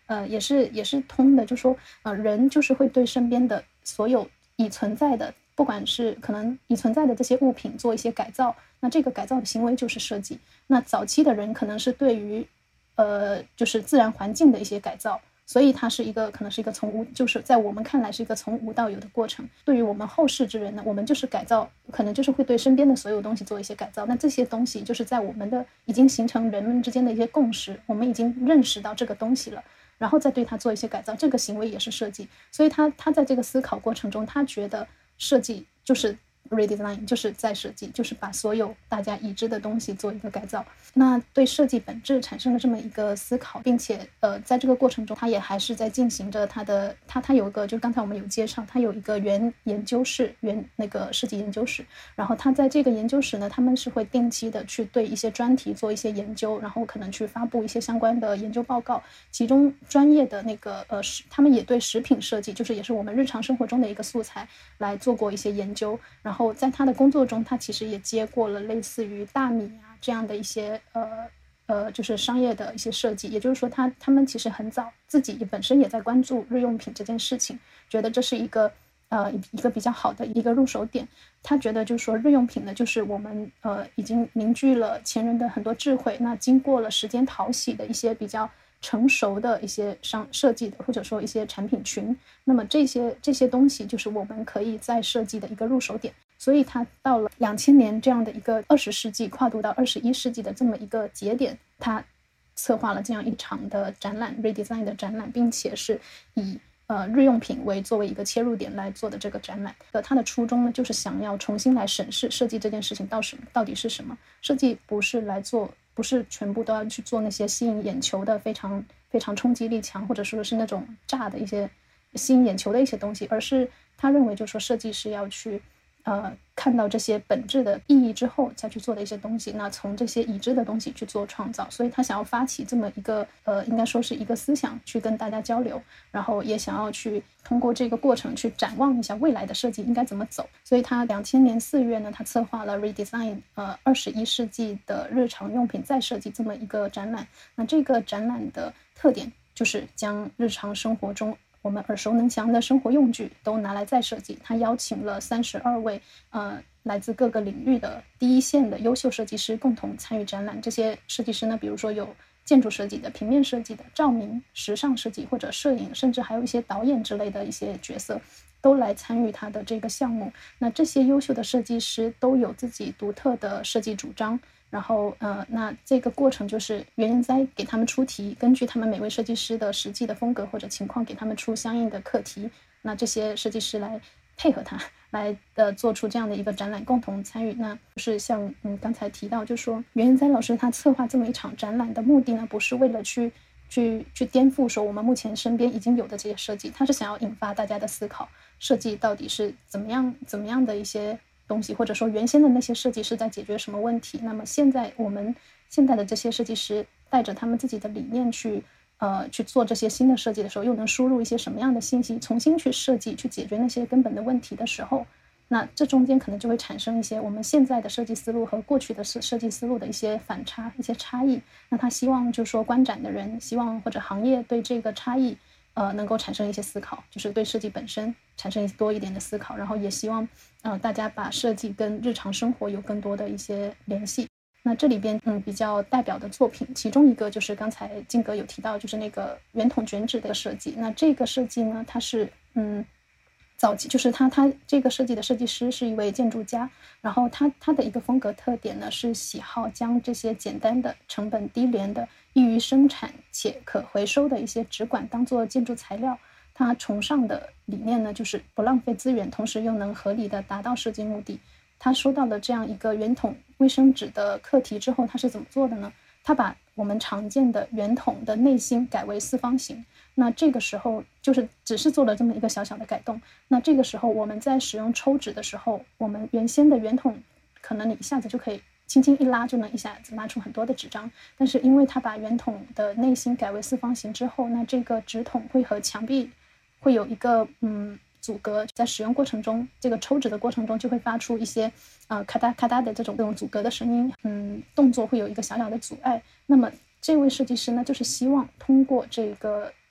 Speaker 3: 也是通的，就说人就是会对身边的所有已存在的，不管是可能已存在的这些物品做一些改造，那这个改造的行为就是设计。那早期的人可能是对于就是自然环境的一些改造，所以它是一个可能是一个从无，就是在我们看来是一个从无到有的过程。对于我们后世之人呢，我们就是改造，可能就是会对身边的所有东西做一些改造。那这些东西就是在我们的已经形成人们之间的一些共识，我们已经认识到这个东西了，然后再对它做一些改造，这个行为也是设计。所以他在这个思考过程中，他觉得设计就是redesign， 就是在设计，就是把所有大家已知的东西做一个改造。那对设计本质产生了这么一个思考，并且在这个过程中他也还是在进行着他有一个，就刚才我们有介绍，他有一个原研究室，那个设计研究室。然后他在这个研究室呢，他们是会定期的去对一些专题做一些研究，然后可能去发布一些相关的研究报告。其中专业的那个他们也对食品设计，就是也是我们日常生活中的一个素材来做过一些研究。然后在他的工作中，他其实也接过了类似于大米啊这样的一些就是商业的一些设计。也就是说他们其实很早自己本身也在关注日用品这件事情，觉得这是一个比较好的一个入手点。他觉得就是说日用品呢，就是我们已经凝聚了前人的很多智慧，那经过了时间淘洗的一些比较成熟的一些设计的，或者说一些产品群，那么这些东西就是我们可以再设计的一个入手点。所以他到了2000年这样的一个20世纪跨度到21世纪的这么一个节点，他策划了这样一场的展览 redesign 的展览，并且是以日用品作为一个切入点来做的这个展览。他的初衷呢，就是想要重新来审视设计这件事情到底是什么。设计不是全部都要去做那些吸引眼球的非常非常冲击力强，或者说是那种炸的一些吸引眼球的一些东西，而是他认为就是说设计是要去看到这些本质的意义之后再去做的一些东西，那从这些已知的东西去做创造。所以他想要发起这么一个应该说是一个思想去跟大家交流，然后也想要去通过这个过程去展望一下未来的设计应该怎么走。所以他2000年4月呢，他策划了 redesign 21世纪的日常用品再设计这么一个展览。那这个展览的特点就是将日常生活中我们耳熟能详的生活用具都拿来再设计。他邀请了32位来自各个领域的第一线的优秀设计师共同参与展览。这些设计师呢，比如说有建筑设计的、平面设计的、照明、时尚设计或者摄影，甚至还有一些导演之类的一些角色都来参与他的这个项目。那这些优秀的设计师都有自己独特的设计主张，然后那这个过程就是袁研哉给他们出题，根据他们每位设计师的实际的风格或者情况给他们出相应的课题，那这些设计师来配合他来做出这样的一个展览，共同参与。那就是像刚才提到，就是说袁研哉老师他策划这么一场展览的目的呢，不是为了去颠覆说我们目前身边已经有的这些设计，他是想要引发大家的思考，设计到底是怎么样的一些东西，或者说原先的那些设计是在解决什么问题。那么我们现在的这些设计师带着他们自己的理念去做这些新的设计的时候，又能输入一些什么样的信息，重新去设计去解决那些根本的问题的时候，那这中间可能就会产生一些我们现在的设计思路和过去的设计思路的一些反差、一些差异。那他希望就是说观展的人希望或者行业对这个差异能够产生一些思考，就是对设计本身产生多一点的思考，然后也希望大家把设计跟日常生活有更多的一些联系。那这里边比较代表的作品，其中一个就是刚才金哥有提到，就是那个圆筒卷纸的设计。那这个设计呢，它是早期就是他这个设计的设计师是一位建筑家，然后他的一个风格特点呢是喜好将这些简单的、成本低廉的、易于生产且可回收的一些纸管当做建筑材料。他崇尚的理念呢就是不浪费资源，同时又能合理的达到设计目的。他收到了这样一个圆筒卫生纸的课题之后，他是怎么做的呢？他把我们常见的圆筒的内心改为四方形。那这个时候就是只是做了这么一个小小的改动。那这个时候我们在使用抽纸的时候，我们原先的圆筒可能你一下子就可以轻轻一拉就能一下子拉出很多的纸张，但是因为他把圆筒的内心改为四方形之后，那这个纸筒会和墙壁会有一个阻隔，在使用过程中，这个抽纸的过程中就会发出一些咔嗒咔嗒的这种阻隔的声音，动作会有一个小小的阻碍。那么这位设计师呢，就是希望通过这个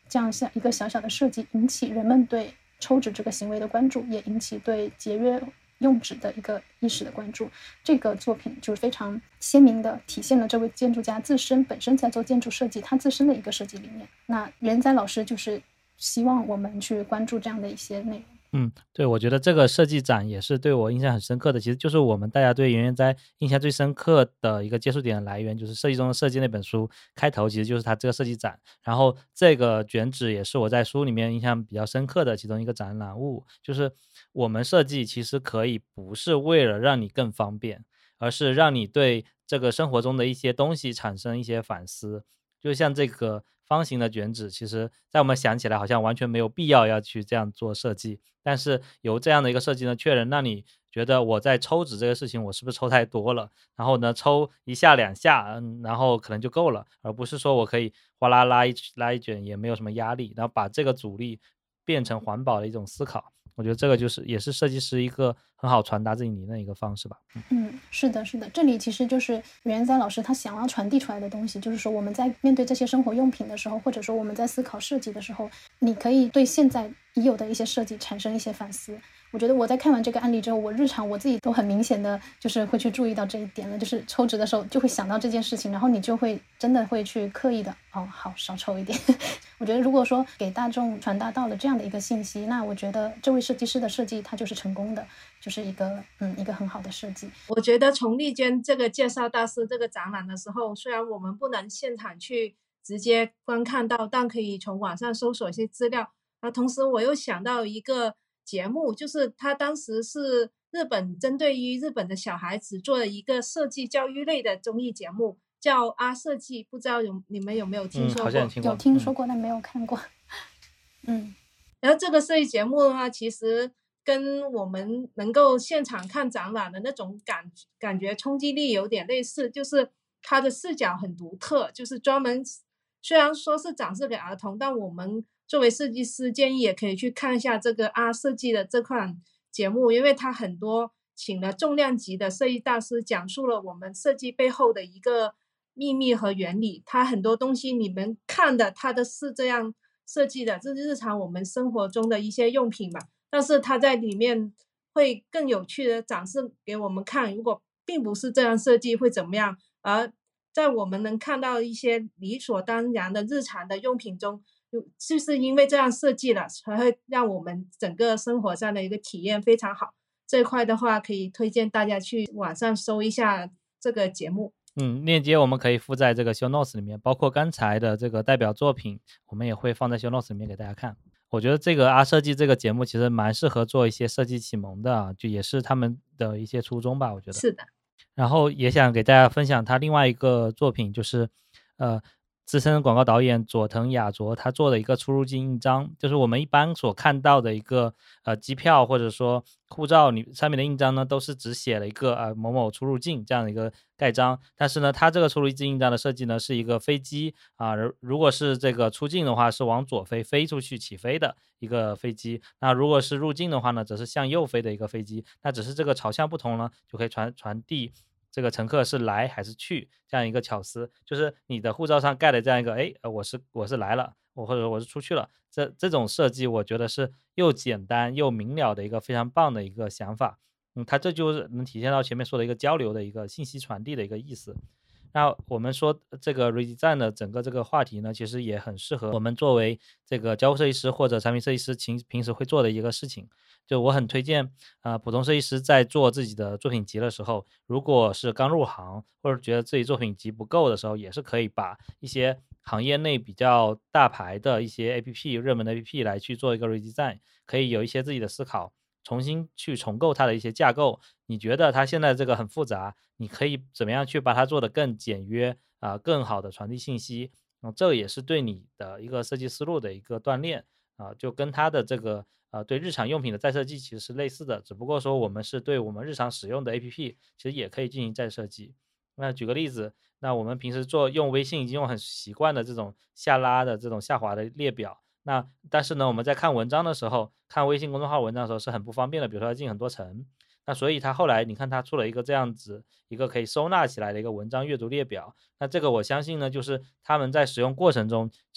Speaker 3: 这样像一个小小的设计引起人们对抽纸这个行为的关注，也引起对节约用纸的一个意识的关注。这个作品就是非常鲜明的体现了这位建筑家自身本身在做建筑设计他自身的一个设计理念。那袁哉老师就是希望我们去关注这样的一些内容。
Speaker 2: 对，我觉得这个设计展也是对我印象很深刻的，其实就是我们大家对袁元哉印象最深刻的一个接触点的来源，就是《设计中的设计》那本书开头其实就是他这个设计展，然后这个卷纸也是我在书里面印象比较深刻的其中一个展览物，就是我们设计其实可以不是为了让你更方便，而是让你对这个生活中的一些东西产生一些反思。就像这个方形的卷纸，其实在我们想起来好像完全没有必要去这样做设计，但是由这样的一个设计呢，确实让你觉得我在抽纸这个事情，我是不是抽太多了？然后呢，抽一下两下，然后可能就够了，而不是说我可以哗啦拉一卷也没有什么压力，然后把这个阻力变成环保的一种思考。我觉得这个也是设计师一个很好传达自己理念的一个方式吧。
Speaker 3: 是的，是的，这里其实就是袁元哉老师他想要传递出来的东西，就是说我们在面对这些生活用品的时候，或者说我们在思考设计的时候，你可以对现在已有的一些设计产生一些反思。我觉得我在看完这个案例之后，我日常我自己都很明显的就是会去注意到这一点了，就是抽纸的时候就会想到这件事情，然后你就会真的会去刻意的好少抽一点。我觉得如果说给大众传达到了这样的一个信息，那我觉得这位设计师的设计它就是成功的，就是一个很好的设计。
Speaker 4: 我觉得从丽娟这个介绍大师这个展览的时候，虽然我们不能现场去直接观看到，但可以从网上搜索一些资料。同时我又想到一个节目，就是他当时是日本针对于日本的小孩子做了一个设计教育类的综艺节目，叫阿设计，不知道你们有没有听说过？
Speaker 2: 好像
Speaker 3: 有听说过，但没有看过。
Speaker 4: 然后这个设计节目的话，其实跟我们能够现场看展览的那种感觉冲击力有点类似，就是它的视角很独特，就是专门虽然说是展示给儿童，但我们作为设计师建议也可以去看一下这个阿设计的这款节目，因为它很多请了重量级的设计大师，讲述了我们设计背后的一个秘密和原理。它很多东西你们看的它都是这样设计的，这是日常我们生活中的一些用品嘛，但是它在里面会更有趣的展示给我们看，如果并不是这样设计会怎么样，而在我们能看到一些理所当然的日常的用品中，就是因为这样设计了，才会让我们整个生活上的一个体验非常好。这一块的话可以推荐大家去网上搜一下这个节目。
Speaker 2: 链接我们可以附在这个 show notes 里面，包括刚才的这个代表作品我们也会放在 show notes 里面给大家看。我觉得这个阿设计这个节目其实蛮适合做一些设计启蒙的，就也是他们的一些初衷吧，我觉得。
Speaker 4: 是的。
Speaker 2: 然后也想给大家分享他另外一个作品，就是资深广告导演佐藤雅卓他做的一个出入境印章，就是我们一般所看到的一个机票或者说护照上面的印章呢，都是只写了一个某某出入境这样的一个盖章，但是呢他这个出入境印章的设计呢是一个飞机如果是这个出境的话是往左飞出去起飞的一个飞机，那如果是入境的话呢则是向右飞的一个飞机，那只是这个朝向不同呢就可以传递这个乘客是来还是去这样一个巧思，就是你的护照上盖的这样一个我是来了，或者我是出去了，这种设计我觉得是又简单又明了的一个非常棒的一个想法。它这就是能体现到前面说的一个交流的一个信息传递的一个意思。那我们说这个 redesign 的整个这个话题呢，其实也很适合我们作为这个交互设计师或者产品设计师平时会做的一个事情。就我很推荐普通设计师在做自己的作品集的时候，如果是刚入行或者觉得自己作品集不够的时候，也是可以把一些行业内比较大牌的一些 APP 热门的 APP 来去做一个 redesign， 可以有一些自己的思考，重新去重构它的一些架构。你觉得它现在这个很复杂，你可以怎么样去把它做得更简约更好的传递信息，这也是对你的一个设计思路的一个锻炼就跟它的这个对日常用品的再设计其实是类似的，只不过说我们是对我们日常使用的 APP 其实也可以进行再设计。那举个例子，那我们平时用微信已经用很习惯的这种下拉的这种下滑的列表，那但是呢我们在看文章的时候，看微信公众号文章的时候是很不方便的，比如说要进很多层，那所以他后来你看他出了一个这样子一个可以收纳起来的一个文章阅读列表，那这个我相信呢就是他们在使用过程中其实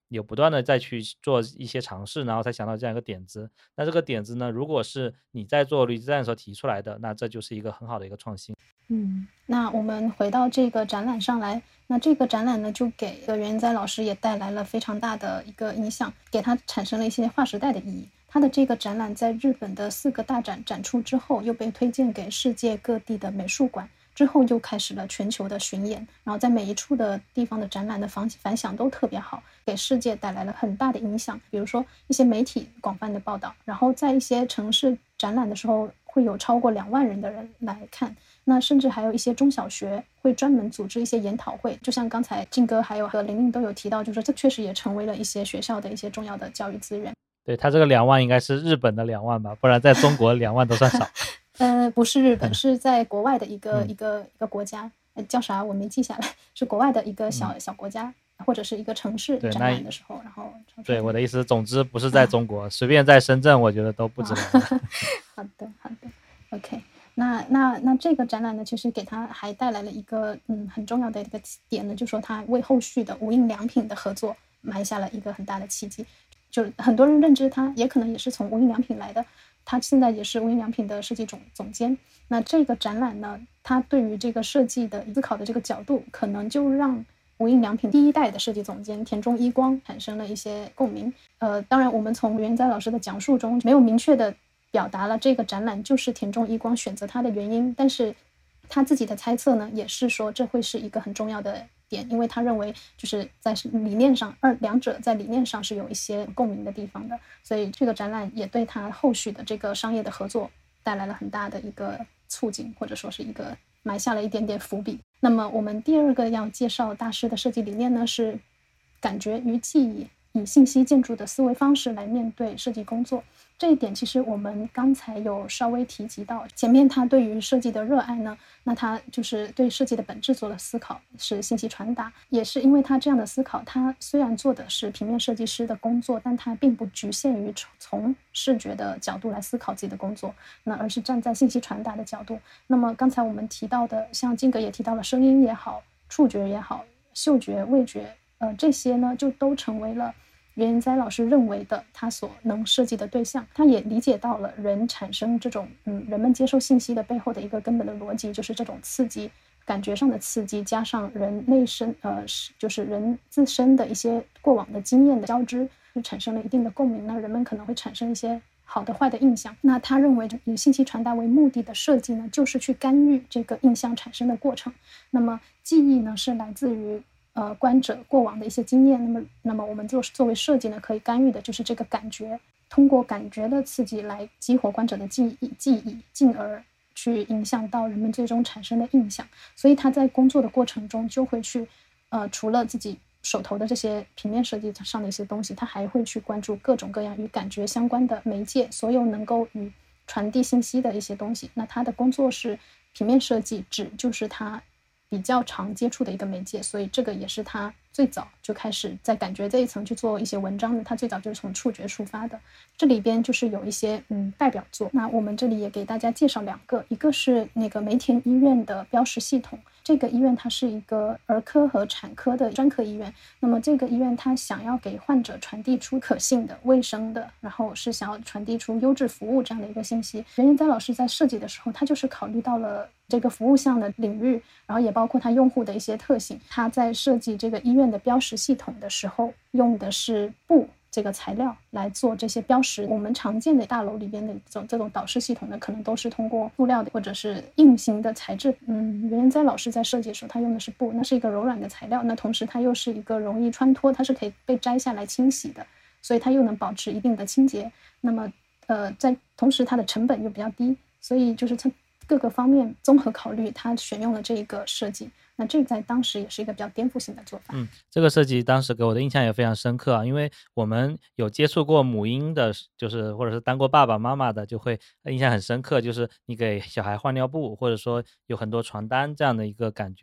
Speaker 2: 有不断的再去做一些尝试，然后才想到这样一个点子。那这个点子呢，如果是你在做离子弹的时候提出来的，那这就是一个很好的一个创新。
Speaker 3: 那我们回到这个展览上来，那这个展览呢，就给袁英哉老师也带来了非常大的一个影响，给他产生了一些划时代的意义。他的这个展览在日本的4个大展展出之后，又被推荐给世界各地的美术馆，之后又开始了全球的巡演，然后在每一处的地方的展览的反响都特别好，给世界带来了很大的影响。比如说一些媒体广泛的报道，然后在一些城市展览的时候，会有超过2万人的人来看。那甚至还有一些中小学会专门组织一些研讨会，就像刚才静哥还有和玲玲都有提到，就是这确实也成为了一些学校的一些重要的教育资源。
Speaker 2: 对，他这个2万应该是日本的2万吧，不然在中国2万都算少。
Speaker 3: 不是日本，是在国外的一个国家，叫啥我没记下来，是国外的一个小国家或者是一个城市展览的时候，然后
Speaker 2: 对我的意思，总之不是在中国，随便在深圳，我觉得都不值得。
Speaker 3: 好的，OK。那这个展览呢，其实给他还带来了一个很重要的一个点呢，就是说他为后续的无印良品的合作埋下了一个很大的契机。就很多人认知他也可能也是从无印良品来的，他现在也是无印良品的设计总监。那这个展览呢，他对于这个设计的思考的这个角度，可能就让无印良品第1代的设计总监田中一光产生了一些共鸣。当然我们从袁英哉老师的讲述中没有明确的表达了这个展览就是田中一光选择他的原因，但是他自己的猜测呢，也是说这会是一个很重要的点，因为他认为就是在理念上，两者在理念上是有一些共鸣的地方的，所以这个展览也对他后续的这个商业的合作带来了很大的一个促进，或者说是一个埋下了一点点伏笔。那么我们第2个要介绍大师的设计理念呢，是感觉与记忆，以信息建筑的思维方式来面对设计工作。这一点其实我们刚才有稍微提及到，前面他对于设计的热爱呢，那他就是对设计的本质做了思考，是信息传达。也是因为他这样的思考，他虽然做的是平面设计师的工作，但他并不局限于从视觉的角度来思考自己的工作，那而是站在信息传达的角度。那么刚才我们提到的，像金格也提到了声音也好，触觉也好，嗅觉、味觉，这些呢就都成为了袁英哉老师认为的他所能设计的对象。他也理解到了人产生这种人们接受信息的背后的一个根本的逻辑，就是这种刺激，感觉上的刺激加上人内身就是人自身的一些过往的经验的交织，就产生了一定的共鸣，那人们可能会产生一些好的坏的印象。那他认为以信息传达为目的的设计呢，就是去干预这个印象产生的过程。那么记忆呢，是来自于观者过往的一些经验，那么我们作为设计呢，可以干预的就是这个感觉，通过感觉的刺激来激活观者的记忆，进而去影响到人们最终产生的印象。所以他在工作的过程中就会去除了自己手头的这些平面设计上的一些东西，他还会去关注各种各样与感觉相关的媒介，所有能够与传递信息的一些东西。那他的工作是平面设计，纸就是他比较常接触的一个媒介，所以这个也是他最早就开始在感觉这一层去做一些文章的。他最早就是从触觉出发的，这里边就是有一些代表作。那我们这里也给大家介绍2个，一个是那个梅田医院的标识系统。这个医院它是一个儿科和产科的专科医院，那么这个医院它想要给患者传递出可信的、卫生的，然后是想要传递出优质服务这样的一个信息。袁英哉老师在设计的时候，他就是考虑到了这个服务项的领域，然后也包括他用户的一些特性。他在设计这个医院的标识系统的时候，用的是布这个材料来做这些标识。我们常见的大楼里边的这种导视系统呢，可能都是通过塑料的或者是硬型的材质。袁英哉老师在设计的时候，他用的是布，那是一个柔软的材料，那同时它又是一个容易穿脱，它是可以被摘下来清洗的，所以它又能保持一定的清洁。那么在同时它的成本又比较低，所以就是它各个方面综合考虑，他选用了这一个设计。那这在当时也是一个比较颠覆性的做法。
Speaker 2: 这个设计当时给我的印象也非常深刻啊，因为我们有接触过母婴的，就是或者是当过爸爸妈妈的，就会印象很深刻，就是你给小孩换尿布，或者说有很多传单这样的一个感觉。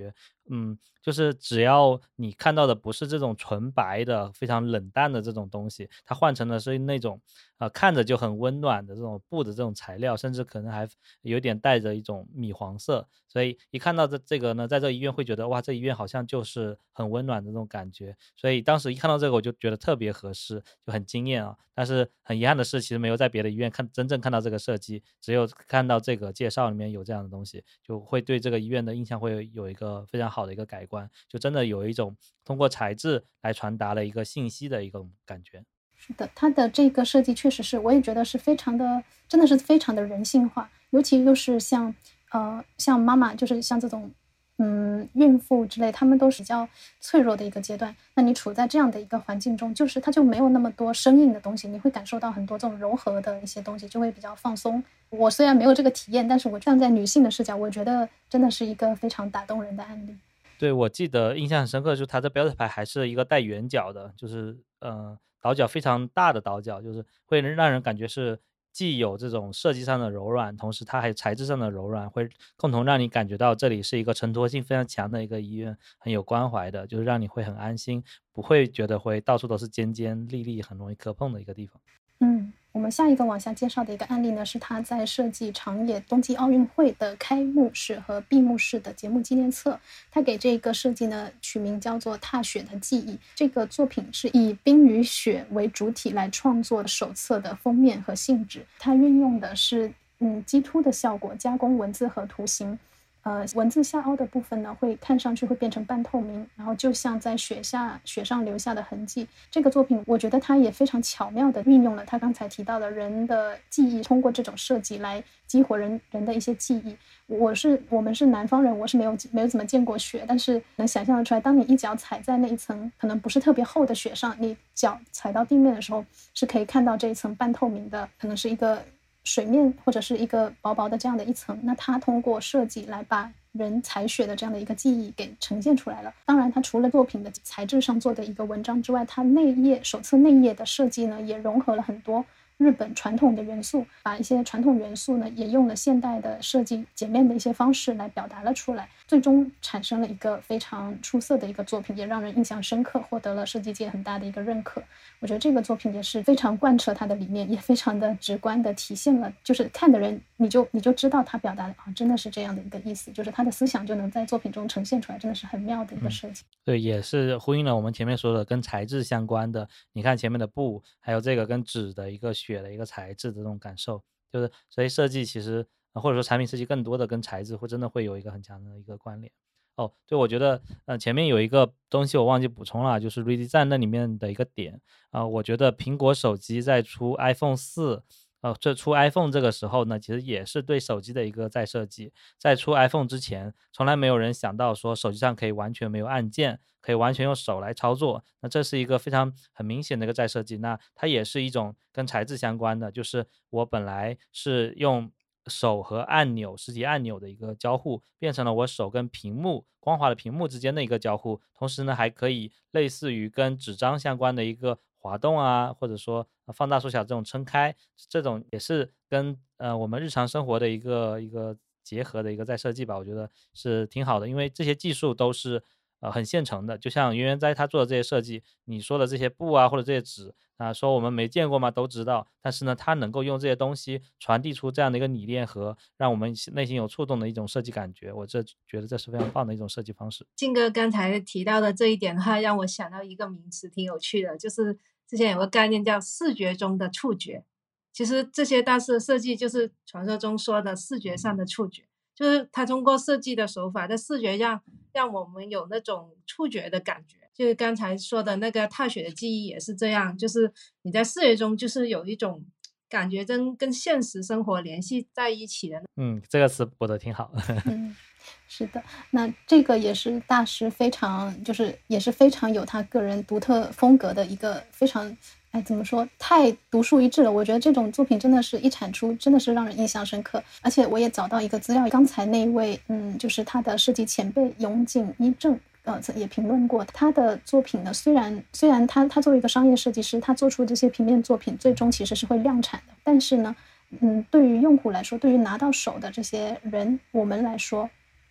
Speaker 2: 就是只要你看到的不是这种纯白的非常冷淡的这种东西，它换成的是那种看着就很温暖的这种布的这种材料，甚至可能还有点带着一种米黄色，所以一看到这个呢，在这个医院会觉得哇，这医院好像就是很温暖的那种感觉，所以当时一看到这个我就觉得特别合适，就很惊艳啊。但是很遗憾的是，其实没有在别的医院真正看到这个设计，只有看到这个介绍里面有这样的东西，就会对这个医院的印象会有一个非常好的一个改观，就真的有一种通过材质来传达了一个信息的一种感觉。
Speaker 3: 是的，它的这个设计确实是，我也觉得是非常的，真的是非常的人性化，尤其又是像妈妈，就是像这种孕妇之类，她们都是比较脆弱的一个阶段。那你处在这样的一个环境中，就是它就没有那么多生硬的东西，你会感受到很多这种柔和的一些东西，就会比较放松。我虽然没有这个体验，但是我站在女性的视角，我觉得真的是一个非常打动人的案例。
Speaker 2: 对，我记得印象很深刻，就是它的标志牌还是一个带圆角的，就是倒角非常大的倒角，就是会让人感觉是既有这种设计上的柔软，同时它还有材质上的柔软，会共同让你感觉到这里是一个承托性非常强的一个医院，很有关怀的，就是让你会很安心，不会觉得会到处都是尖尖利利，很容易磕碰的一个地方。
Speaker 3: 我们下一个往下介绍的一个案例呢，是他在设计长野冬季奥运会的开幕式和闭幕式的节目纪念册。他给这个设计呢取名叫做《踏雪的记忆》。这个作品是以冰与雪为主体来创作的手册的封面和信纸。它运用的是激凸的效果加工文字和图形。文字下凹的部分呢，会看上去会变成半透明，然后就像在雪上留下的痕迹。这个作品我觉得它也非常巧妙地运用了他刚才提到的人的记忆，通过这种设计来激活人的一些记忆。我们是南方人，我是没有怎么见过雪，但是能想象得出来，当你一脚踩在那一层可能不是特别厚的雪上，你脚踩到地面的时候，是可以看到这一层半透明的，可能是一个水面或者是一个薄薄的这样的一层。那它通过设计来把人踩雪的这样的一个记忆给呈现出来了。当然它除了作品的材质上做的一个文章之外，它手册内页的设计呢，也融合了很多日本传统的元素，把一些传统元素呢也用了现代的设计简练的一些方式来表达了出来，最终产生了一个非常出色的一个作品，也让人印象深刻，获得了设计界很大的一个认可。我觉得这个作品也是非常贯彻它的理念，也非常的直观的体现了，就是看的人你就知道他表达的真的是这样的一个意思，就是他的思想就能在作品中呈现出来，真的是很妙的一个设计。
Speaker 2: 对，也是呼应了我们前面说的跟材质相关的，你看前面的布，还有这个跟纸的一个雪的一个材质的这种感受，就是所以设计其实或者说产品设计更多的跟材质真的会有一个很强的一个关联。对，我觉得前面有一个东西我忘记补充了，就是 Redesign 那里面的一个点我觉得苹果手机在出 iPhone 4出 iPhone 这个时候呢，其实也是对手机的一个再设计。在出 iPhone 之前，从来没有人想到说手机上可以完全没有按键，可以完全用手来操作。那这是一个很明显的一个再设计。那它也是一种跟材质相关的，就是我本来是用手和实体按钮的一个交互，变成了我手跟光滑的屏幕之间的一个交互，同时呢还可以类似于跟纸张相关的一个滑动啊，或者说放大缩小这种撑开，这种也是跟我们日常生活的一个结合的一个再设计吧，我觉得是挺好的，因为这些技术都是很现成的，就像袁哉他做的这些设计，你说的这些布啊或者这些纸说我们没见过吗？都知道，但是呢，他能够用这些东西传递出这样的一个理念和让我们内心有触动的一种设计感觉，我觉得这是非常棒的一种设计方式。
Speaker 4: 靖哥刚才提到的这一点的话，让我想到一个名词挺有趣的，就是之前有个概念叫视觉中的触觉。其实这些大师的设计就是传说中说的视觉上的触觉，就是他通过设计的手法在视觉上让我们有那种触觉的感觉。就是刚才说的那个踏雪的记忆也是这样，就是你在视觉中就是有一种感觉跟现实生活联系在一起的。
Speaker 2: 这个词补得挺好。
Speaker 3: 是的，那这个也是大师也是非常有他个人独特风格的一个非常怎么说，太独树一帜了。我觉得这种作品真的是一产出真的是让人印象深刻。而且我也找到一个资料，刚才那位就是他的设计前辈永井一正也评论过他的作品呢。虽然他作为一个商业设计师，他做出这些平面作品最终其实是会量产的，但是呢对于用户来说，对于拿到手的这些人我们来说，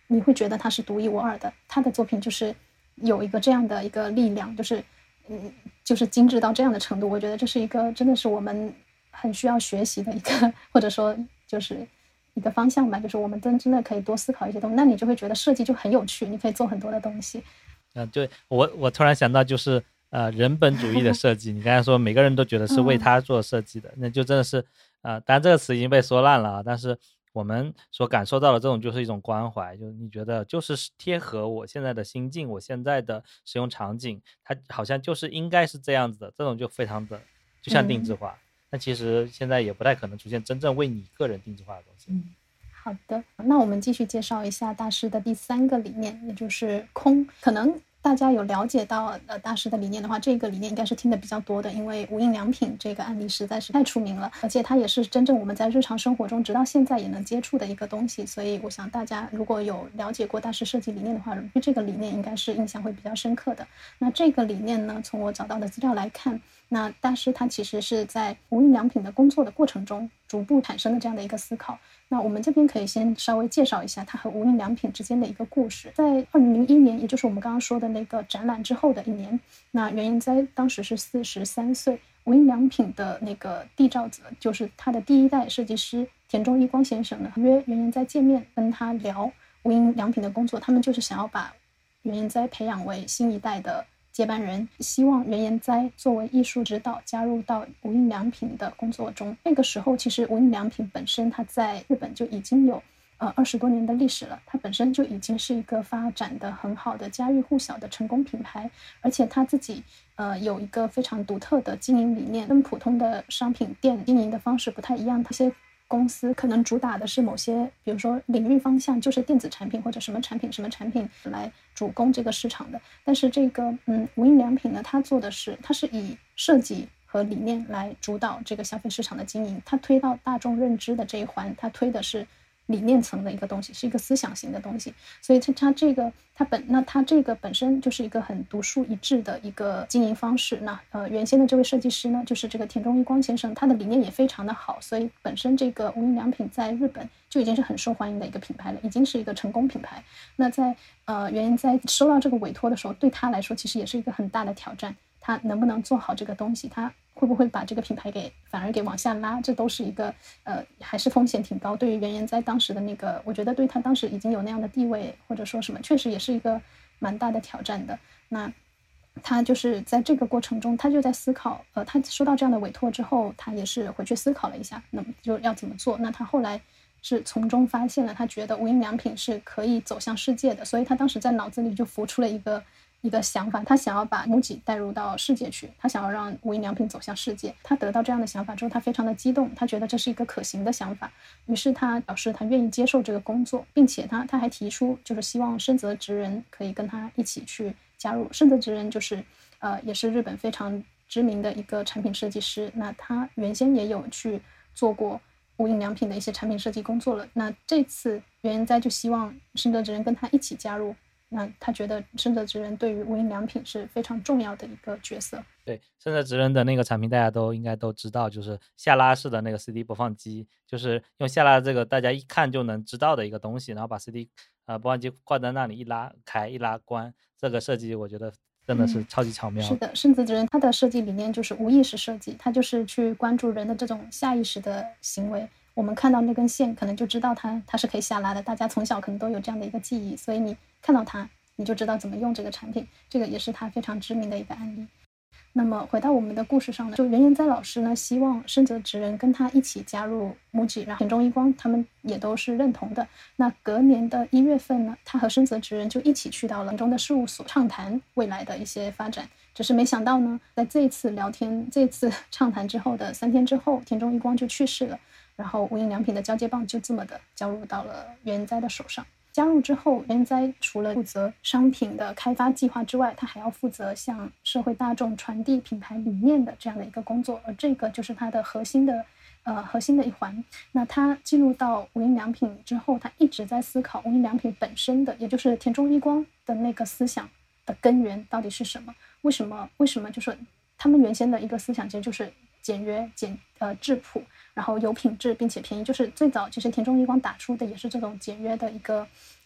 Speaker 3: 你会觉得它是独一无二的，他的作品就是有一个这样的一个力量，就是精致到这样的程度。我觉得这是一个真的是我们很需要学习的一个，或者说就是一个方向吧，就是我们真的可以多思考一些东西，那你就会觉得设计就很有趣，你可以做很多的东西。
Speaker 2: 对，我突然想到就是人本主义的设计，你刚才说每个人都觉得是为他做设计的，那就真的是当然这个词已经被说烂了，但是我们所感受到的这种就是一种关怀，就是你觉得就是贴合我现在的心境，我现在的使用场景，它好像就是应该是这样子的，这种就非常的就像定制化。那其实现在也不太可能出现真正为你个人定制化的东西。
Speaker 3: 好的，那我们继续介绍一下大师的第3个理念，也就是空。可能大家有了解到大师的理念的话，这个理念应该是听的比较多的，因为无印良品这个案例实在是太出名了，而且它也是真正我们在日常生活中直到现在也能接触的一个东西，所以我想大家如果有了解过大师设计理念的话，对这个理念应该是印象会比较深刻的。那这个理念呢，从我找到的资料来看，那大师他其实是在无印良品的工作的过程中逐步产生的这样的一个思考。那我们这边可以先稍微介绍一下他和无印良品之间的一个故事。在2001年，也就是我们刚刚说的那个展览之后的一年，那袁研哉当时是43岁，无印良品的那个缔造者，就是他的第1代设计师田中一光先生呢，约袁研哉见面，跟他聊无印良品的工作，他们就是想要把袁研哉培养为新一代的接班人，希望袁研哉作为艺术指导加入到无印良品的工作中。那个时候其实无印良品本身它在日本就已经有20多年的历史了，它本身就已经是一个发展的很好的家喻户晓的成功品牌，而且它自己有一个非常独特的经营理念，跟普通的商品店经营的方式不太一样。这些公司可能主打的是某些比如说领域方向，就是电子产品或者什么产品来主攻这个市场的。但是这个无印良品呢，它做的是它是以设计和理念来主导这个消费市场的经营，它推到大众认知的这一环，它推的是理念层的一个东西，是一个思想型的东西，所以它这个本身就是一个很独树一帜的一个经营方式。那原先的这位设计师呢，就是这个田中一光先生，他的理念也非常的好，所以本身这个无印良品在日本就已经是很受欢迎的一个品牌了，已经是一个成功品牌。那在袁研哉收到这个委托的时候，对他来说其实也是一个很大的挑战，他能不能做好这个东西，他会不会把这个品牌反而给往下拉，这都是一个还是风险挺高。对于袁研哉当时的那个，我觉得对他当时已经有那样的地位或者说什么，确实也是一个蛮大的挑战的。那他就是在这个过程中，他就在思考他收到这样的委托之后，他也是回去思考了一下，那么就要怎么做。那他后来是从中发现了，他觉得无印良品是可以走向世界的，所以他当时在脑子里就浮出了一个想法，他想要把 MUJI 带入到世界去，他想要让无印良品走向世界。他得到这样的想法之后，他非常的激动，他觉得这是一个可行的想法，于是他表示他愿意接受这个工作，并且他还提出就是希望深泽直人可以跟他一起去加入。深泽直人就是也是日本非常知名的一个产品设计师，那他原先也有去做过无印良品的一些产品设计工作了。那这次袁研哉就希望深泽直人跟他一起加入，那他觉得深泽直人对于无印良品是非常重要的一个角色。
Speaker 2: 对，深泽直人的那个产品大家都应该都知道，就是下拉式的那个 CD 播放机，就是用下拉这个大家一看就能知道的一个东西，然后把 CD 播放机挂在那里，一拉开一拉关，这个设计我觉得真的是超级巧妙。
Speaker 3: 是的，深泽直人他的设计理念就是无意识设计，他就是去关注人的这种下意识的行为。我们看到那根线可能就知道它是可以下拉的，大家从小可能都有这样的一个记忆，所以你看到它你就知道怎么用这个产品，这个也是他非常知名的一个案例。那么回到我们的故事上呢，就袁研哉老师呢希望深泽直人跟他一起加入 MUJI， 然后田中一光他们也都是认同的。那隔年的1月份呢，他和深泽直人就一起去到了田中的事务所畅谈未来的一些发展。只是没想到呢，在这一次畅谈之后的3天之后，田中一光就去世了，然后无印良品的交接棒就这么的交入到了袁研哉的手上。加入之后，袁研哉除了负责商品的开发计划之外，他还要负责向社会大众传递品牌理念的这样的一个工作，而这个就是他的核心的一环。那他进入到无印良品之后，他一直在思考无印良品本身的，也就是田中一光的那个思想的根源到底是什么？为什么就是他们原先的一个思想其实就是简约质朴，然后有品质并且便宜，就是最早其实田中一光打出的也是这种简约的一个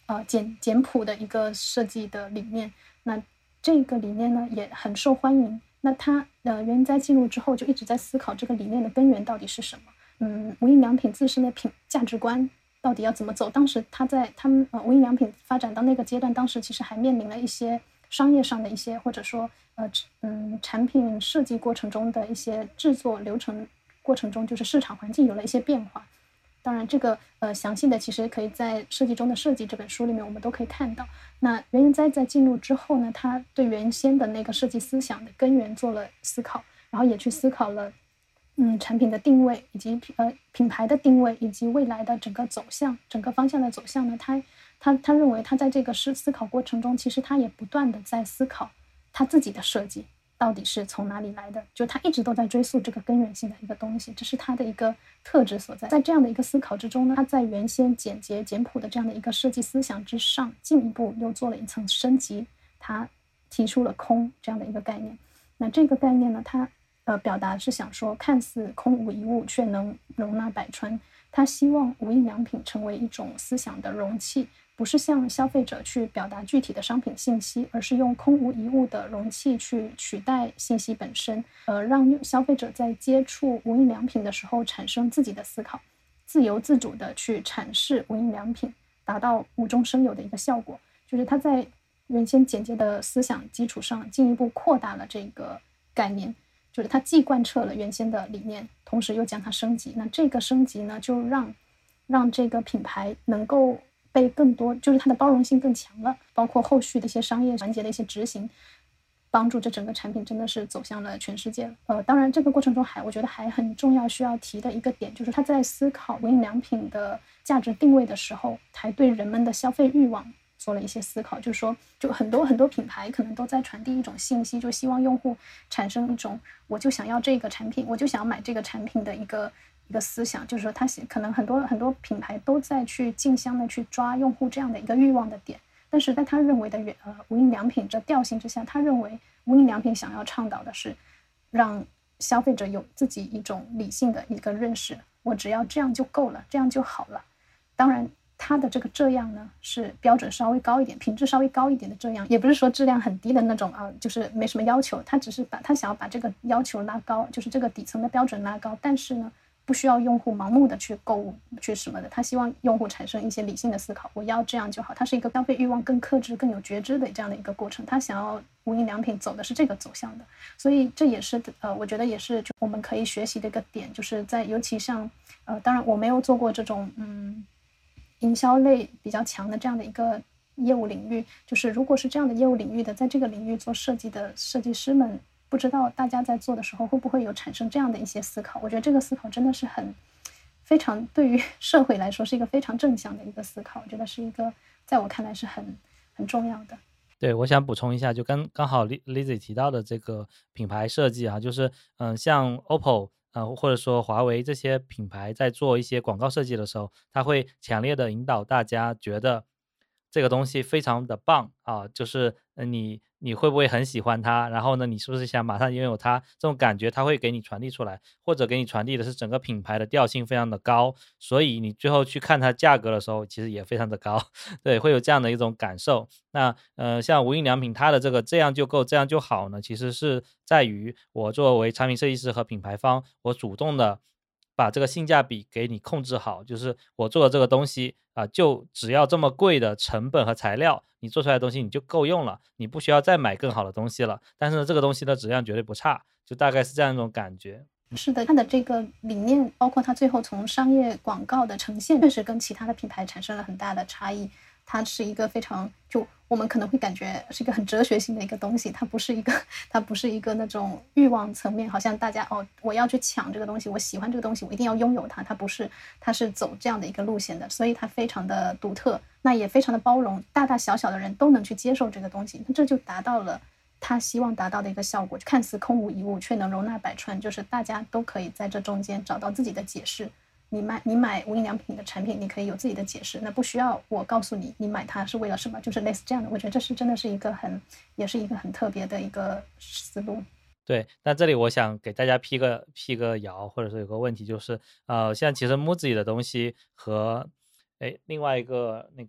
Speaker 3: 简朴的一个设计的理念。那这个理念呢也很受欢迎。那他袁英哉进入之后就一直在思考这个理念的根源到底是什么。无印良品自身的价值观到底要怎么走？当时他们无印良品发展到那个阶段，当时其实还面临了一些商业上的一些，或者说产品设计过程中的一些制作流程过程中，就是市场环境有了一些变化。当然这个详细的其实可以在《设计中的设计》这本书里面我们都可以看到。那袁英哉在进入之后呢，他对原先的那个设计思想的根源做了思考，然后也去思考了产品的定位以及品牌的定位以及未来的整个走向整个方向的走向呢，他认为他在这个思考过程中，其实他也不断的在思考他自己的设计到底是从哪里来的，就他一直都在追溯这个根源性的一个东西，这是他的一个特质所在。在这样的一个思考之中呢，他在原先简洁简朴的这样的一个设计思想之上，进一步又做了一层升级，他提出了空这样的一个概念。那这个概念呢，他表达是想说，看似空无一物，却能容纳百川。他希望无印良品成为一种思想的容器，不是向消费者去表达具体的商品信息，而是用空无一物的容器去取代信息本身，让消费者在接触无印良品的时候产生自己的思考，自由自主的去阐释无印良品，达到无中生有的一个效果。就是他在原先简洁的思想基础上，进一步扩大了这个概念。就是它既贯彻了原先的理念，同时又将它升级。那这个升级呢，就让这个品牌能够被更多，就是它的包容性更强了，包括后续的一些商业环节的一些执行，帮助这整个产品真的是走向了全世界了。当然这个过程中我觉得还很重要需要提的一个点，就是他在思考无印良品的价值定位的时候，还对人们的消费欲望做了一些思考。就是说，就很多品牌可能都在传递一种信息，就希望用户产生一种我就想要这个产品，我就想要买这个产品的一个思想。就是说他可能很多品牌都在去竞相的去抓用户这样的一个欲望的点，但是在他认为的无印良品这调性之下，他认为无印良品想要倡导的是让消费者有自己一种理性的一个认识，我只要这样就够了，这样就好了。当然它的这样呢是标准稍微高一点，品质稍微高一点的这样，也不是说质量很低的那种就是没什么要求，他只是他想要把这个要求拉高，就是这个底层的标准拉高，但是呢不需要用户盲目的去购物去什么的，他希望用户产生一些理性的思考，我要这样就好。它是一个消费欲望更克制更有觉知的这样的一个过程，他想要无印良品走的是这个走向的。所以这也是我觉得也是我们可以学习的一个点，就是在尤其像当然我没有做过这种营销类比较强的这样的一个业务领域，就是如果是这样的业务领域的，在这个领域做设计的设计师们，不知道大家在做的时候会不会有产生这样的一些思考。我觉得这个思考真的是非常对于社会来说是一个非常正向的一个思考，我觉得是一个在我看来是很重要的。
Speaker 2: 对，我想补充一下，就刚好 Lizzy 提到的这个品牌设计就是像 OPPO或者说华为这些品牌在做一些广告设计的时候，它会强烈的引导大家觉得这个东西非常的棒就是你会不会很喜欢它，然后呢你是不是想马上拥有它，这种感觉它会给你传递出来，或者给你传递的是整个品牌的调性非常的高，所以你最后去看它价格的时候其实也非常的高对，会有这样的一种感受。那像无印良品它的这样就够这样就好呢，其实是在于我作为产品设计师和品牌方，我主动的把这个性价比给你控制好，就是我做的这个东西就只要这么贵的成本和材料，你做出来的东西你就够用了，你不需要再买更好的东西了，但是呢这个东西的质量绝对不差，就大概是这样一种感觉。
Speaker 3: 是的，它的这个理念包括它最后从商业广告的呈现确实跟其他的品牌产生了很大的差异。它是一个非常就我们可能会感觉是一个很哲学性的一个东西，它不是一个那种欲望层面，好像大家我要去抢这个东西，我喜欢这个东西，我一定要拥有它，它不是，它是走这样的一个路线的，所以它非常的独特，那也非常的包容，大大小小的人都能去接受这个东西，那这就达到了他希望达到的一个效果，看似空无一物却能容纳百川，就是大家都可以在这中间找到自己的解释。你买无印良品的产品，你可以有自己的解释，那不需要我告诉你买它是为了什么，就是类似这样的。我觉得这是真的是也是一个很特别的一个思路。
Speaker 2: 对，那这里我想给大家辟个谣，或者是有个问题，就是像其实 MUJI 的东西和另外一个那个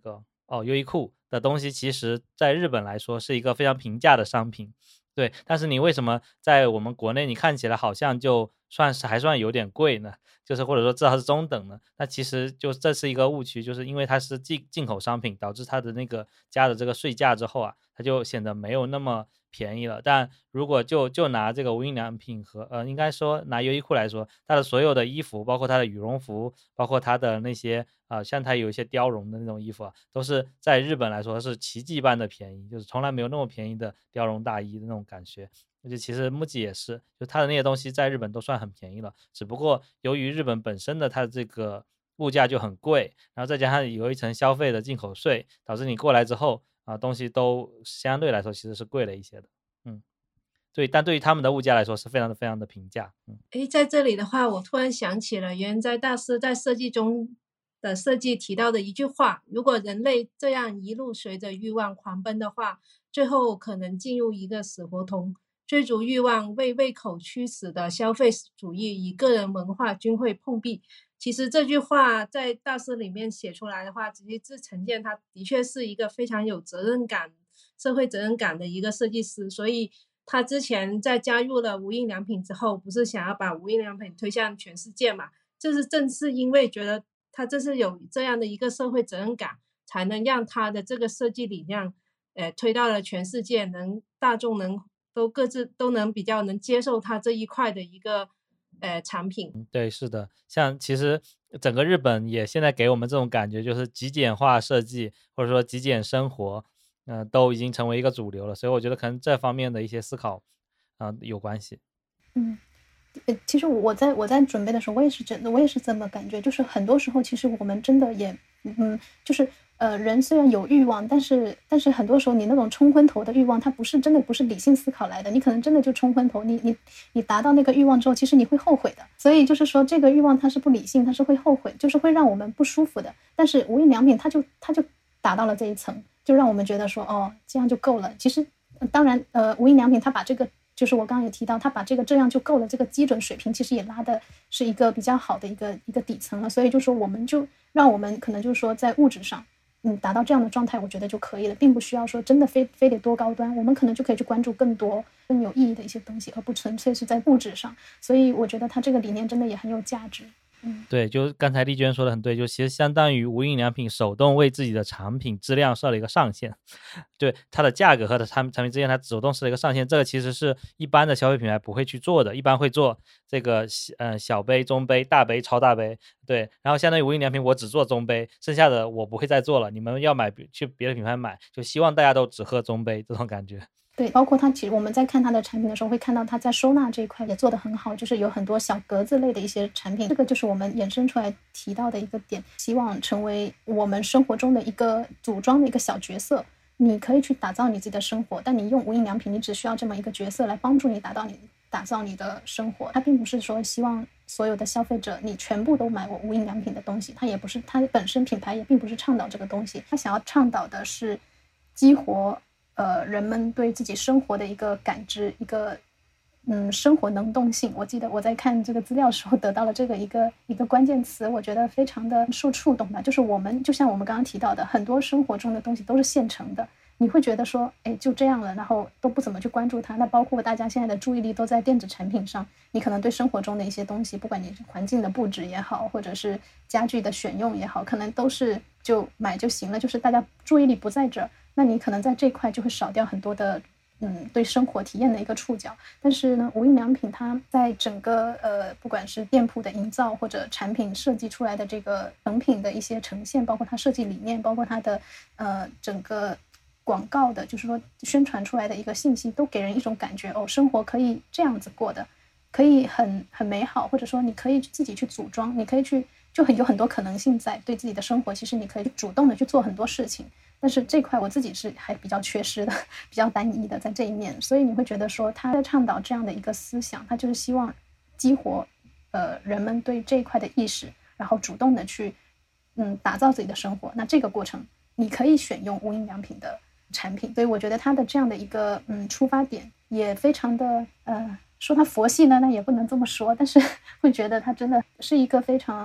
Speaker 2: 优衣库的东西其实在日本来说是一个非常平价的商品，对，但是你为什么在我们国内你看起来好像就还算有点贵呢？就是或者说至少是中等呢？那其实就这是一个误区，就是因为它是进口商品，导致它的那个加的这个税价之后啊，它就显得没有那么便宜了。但如果就拿这个无印良品和应该说拿优衣库来说，它的所有的衣服，包括它的羽绒服，包括它的那些像它有一些貂绒的那种衣服啊，都是在日本来说是奇迹般的便宜，就是从来没有那么便宜的貂绒大衣的那种感觉。而且其实 MUJI 也是，就它的那些东西在日本都算很便宜了，只不过由于日本本身的它的这个物价就很贵，然后再加上有一层消费的进口税，导致你过来之后东西都相对来说其实是贵了一些的。对，但对于他们的物价来说是非常非常的平价。
Speaker 4: 在这里的话，我突然想起了原哉大师在设计中的设计提到的一句话：如果人类这样一路随着欲望狂奔的话，最后可能进入一个死胡同。追逐欲望为胃口驱使的消费主义与个人文化均会碰壁。其实这句话在大师里面写出来的话，直接是呈现他的确是一个非常有责任感、社会责任感的一个设计师。所以他之前在加入了无印良品之后，不是想要把无印良品推向全世界嘛？正是因为觉得他这是有这样的一个社会责任感，才能让他的这个设计理念推到了全世界，大众各自都能比较能接受它这一块的一个产品。
Speaker 2: 对，是的，像其实整个日本也现在给我们这种感觉，就是极简化设计或者说极简生活，都已经成为一个主流了，所以我觉得可能这方面的一些思考有关系。
Speaker 3: 其实我在准备的时候，我也是这么感觉，就是很多时候其实我们真的也就是人虽然有欲望，但是很多时候你那种冲昏头的欲望，它真的不是理性思考来的，你可能真的就冲昏头，你达到那个欲望之后，其实你会后悔的。所以就是说这个欲望它是不理性，它是会后悔，就是会让我们不舒服的。但是无印良品它就达到了这一层，就让我们觉得说这样就够了。其实当然无印良品它把这个就是我刚刚也提到，他把这样就够了，这个基准水平其实也拉的是一个比较好的一个底层了。所以就说让我们可能就是说在物质上达到这样的状态，我觉得就可以了，并不需要说真的非得多高端，我们可能就可以去关注更多更有意义的一些东西，而不纯粹是在物质上。所以我觉得他这个理念真的也很有价值。
Speaker 2: 对，就刚才丽娟说的很对，就其实相当于无印良品手动为自己的产品质量设了一个上限，对它的价格和它产品之间，它手动设了一个上限，这个其实是一般的消费品牌不会去做的，一般会做这个小杯、中杯、大杯、超大杯，对，然后相当于无印良品我只做中杯，剩下的我不会再做了，你们要买去别的品牌买，就希望大家都只喝中杯这种感觉。
Speaker 3: 对，包括它其实我们在看它的产品的时候，会看到它在收纳这一块也做得很好，就是有很多小格子类的一些产品，这个就是我们衍生出来提到的一个点，希望成为我们生活中的一个组装的一个小角色。你可以去打造你自己的生活，但你用无印良品，你只需要这么一个角色来帮助你打造你的生活。它并不是说希望所有的消费者你全部都买我无印良品的东西，它也不是，它本身品牌也并不是倡导这个东西，它想要倡导的是激活人们对自己生活的一个感知，一个生活能动性。我记得我在看这个资料的时候得到了这个一个关键词，我觉得非常的受触动吧。就是就像我们刚刚提到的，很多生活中的东西都是现成的，你会觉得说就这样了，然后都不怎么去关注它。那包括大家现在的注意力都在电子产品上，你可能对生活中的一些东西，不管你环境的布置也好，或者是家具的选用也好，可能都是就买就行了，就是大家注意力不在这儿，那你可能在这块就会少掉很多的对生活体验的一个触角。但是呢，无印良品它在整个不管是店铺的营造或者产品设计出来的这个成品的一些呈现，包括它设计理念，包括它的整个广告的就是说宣传出来的一个信息，都给人一种感觉生活可以这样子过的，可以很美好，或者说你可以自己去组装，你可以去有很多可能性在对自己的生活，其实你可以主动的去做很多事情。但是这块我自己是还比较缺失的，比较单一的在这一面。所以你会觉得说他在倡导这样的一个思想，他就是希望激活人们对这一块的意识，然后主动的去打造自己的生活。那这个过程你可以选用无印良品的产品。所以我觉得他的这样的一个出发点也非常的说他佛系呢，那也不能这么说，但是会觉得他真的是一个非常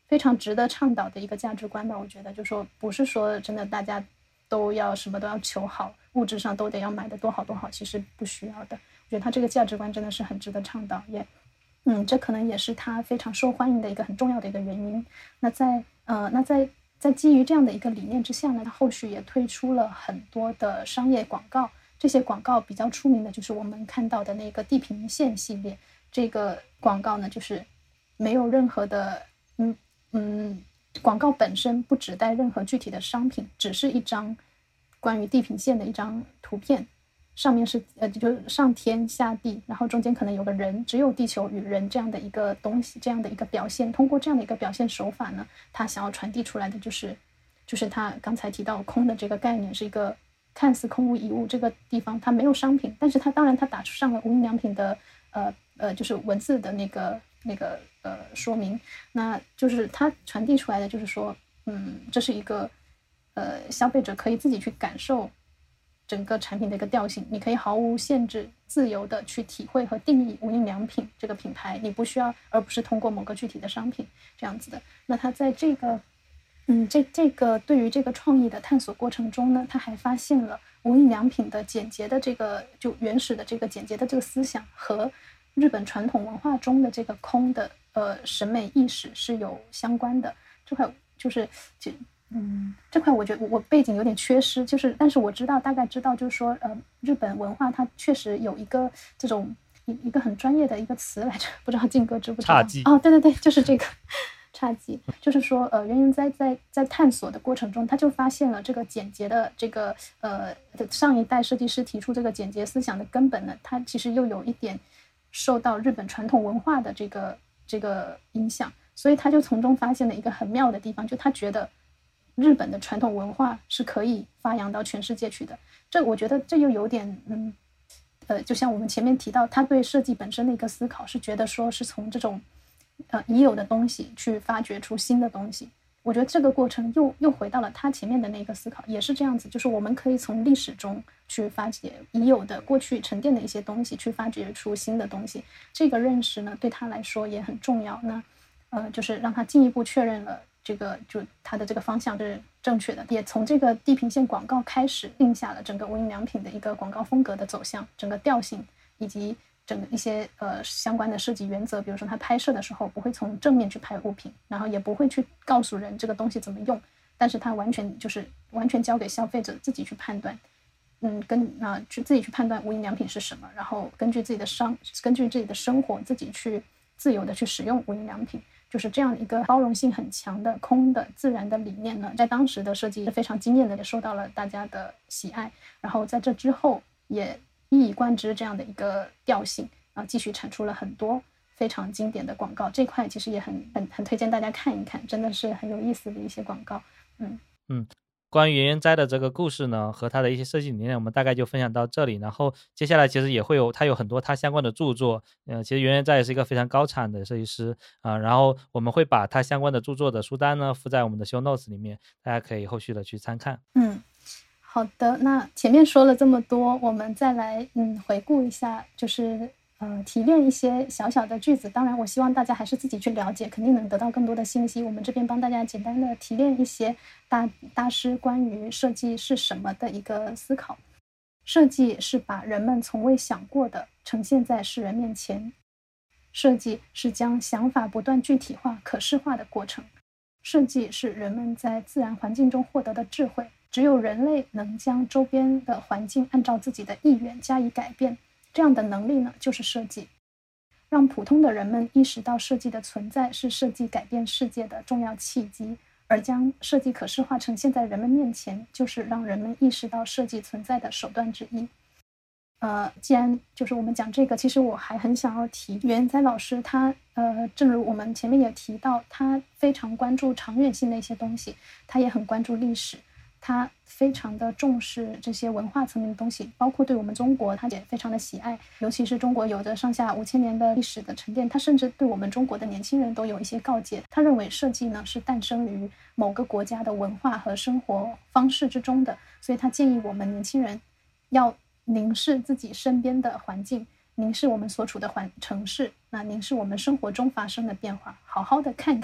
Speaker 3: 非常值得倡导的一个价值观吧。我觉得就说不是说真的大家都要什么都要求好，物质上都得要买的多好多好，其实不需要的。我觉得他这个价值观真的是很值得倡导，这可能也是他非常受欢迎的一个很重要的一个原因。那在基于这样的一个理念之下呢，他后续也推出了很多的商业广告。这些广告比较出名的就是我们看到的那个地平线系列。这个广告呢，就是没有任何的广告本身不指代任何具体的商品，只是一张关于地平线的一张图片，上面是就是上天下地，然后中间可能有个人，只有地球与人这样的一个东西，这样的一个表现。通过这样的一个表现手法呢，他想要传递出来的就是他刚才提到空的这个概念，是一个看似空无一物，这个地方它没有商品，但是它当然它打上了无印良品的就是文字的那个说明。那就是它传递出来的就是说这是一个消费者可以自己去感受整个产品的一个调性，你可以毫无限制自由的去体会和定义无印良品这个品牌，你不需要，而不是通过某个具体的商品这样子的。那它在这个这个对于这个创意的探索过程中呢，他还发现了无印良品的简洁的这个就原始的这个简洁的这个思想和日本传统文化中的这个空的审美意识是有相关的。这块就是这块我觉得我背景有点缺失，就是但是我大概知道就是说日本文化它确实有一个这种一个很专业的一个词来着，不知道静哥知不知道？
Speaker 2: 侘寂。
Speaker 3: 哦，对对对，就是这个侘寂。就是说袁云在探索的过程中，他就发现了这个简洁的这个上一代设计师提出这个简洁思想的根本呢，它其实又有一点受到日本传统文化的这个影响，所以他就从中发现了一个很妙的地方，就他觉得日本的传统文化是可以发扬到全世界去的。我觉得这又有点就像我们前面提到，他对设计本身的一个思考是觉得说是从这种已有的东西去发掘出新的东西。我觉得这个过程又回到了他前面的那个思考，也是这样子，就是我们可以从历史中去发掘已有的过去沉淀的一些东西，去发掘出新的东西。这个认识呢，对他来说也很重要。那就是让他进一步确认了这个就他的这个方向是正确的，也从这个地平线广告开始定下了整个无印良品的一个广告风格的走向，整个调性以及整个一些相关的设计原则。比如说他拍摄的时候不会从正面去拍物品，然后也不会去告诉人这个东西怎么用，但是他完全交给消费者自己去判断，去自己去判断无印良品是什么，然后根据自己的生活自己去自由的去使用无印良品。就是这样一个包容性很强的空的自然的理念呢，在当时的设计是非常惊艳的，也受到了大家的喜爱。然后在这之后也一以贯之这样的一个调性，然后继续产出了很多非常经典的广告。这块其实也很推荐大家看一看，真的是很有意思的一些广告。
Speaker 2: 关于袁元斋的这个故事呢，和他的一些设计理念，我们大概就分享到这里。然后接下来其实也会有他有很多他相关的著作，其实袁元斋也是一个非常高产的设计师然后我们会把他相关的著作的书单呢附在我们的 show notes 里面，大家可以后续的去参看。
Speaker 3: 好的，那前面说了这么多，我们再来回顾一下，就是提炼一些小小的句子。当然我希望大家还是自己去了解，肯定能得到更多的信息。我们这边帮大家简单的提炼一些大师关于设计是什么的一个思考。设计是把人们从未想过的呈现在世人面前，设计是将想法不断具体化可视化的过程，设计是人们在自然环境中获得的智慧，只有人类能将周边的环境按照自己的意愿加以改变，这样的能力呢，就是设计。让普通的人们意识到设计的存在是设计改变世界的重要契机，而将设计可视化呈现在人们面前，就是让人们意识到设计存在的手段之一。既然就是我们讲这个，其实我还很想要提袁元斋老师，他正如我们前面也提到，他非常关注长远性的一些东西，他也很关注历史。他非常的重视这些文化层面的东西，包括对我们中国他也非常的喜爱，尤其是中国有着上下5000年的历史的沉淀，他甚至对我们中国的年轻人都有一些告诫。他认为设计呢是诞生于某个国家的文化和生活方式之中的，所以他建议我们年轻人要凝视自己身边的环境，凝视我们所处的城市，凝视我们生活中发生的变化，好好的看看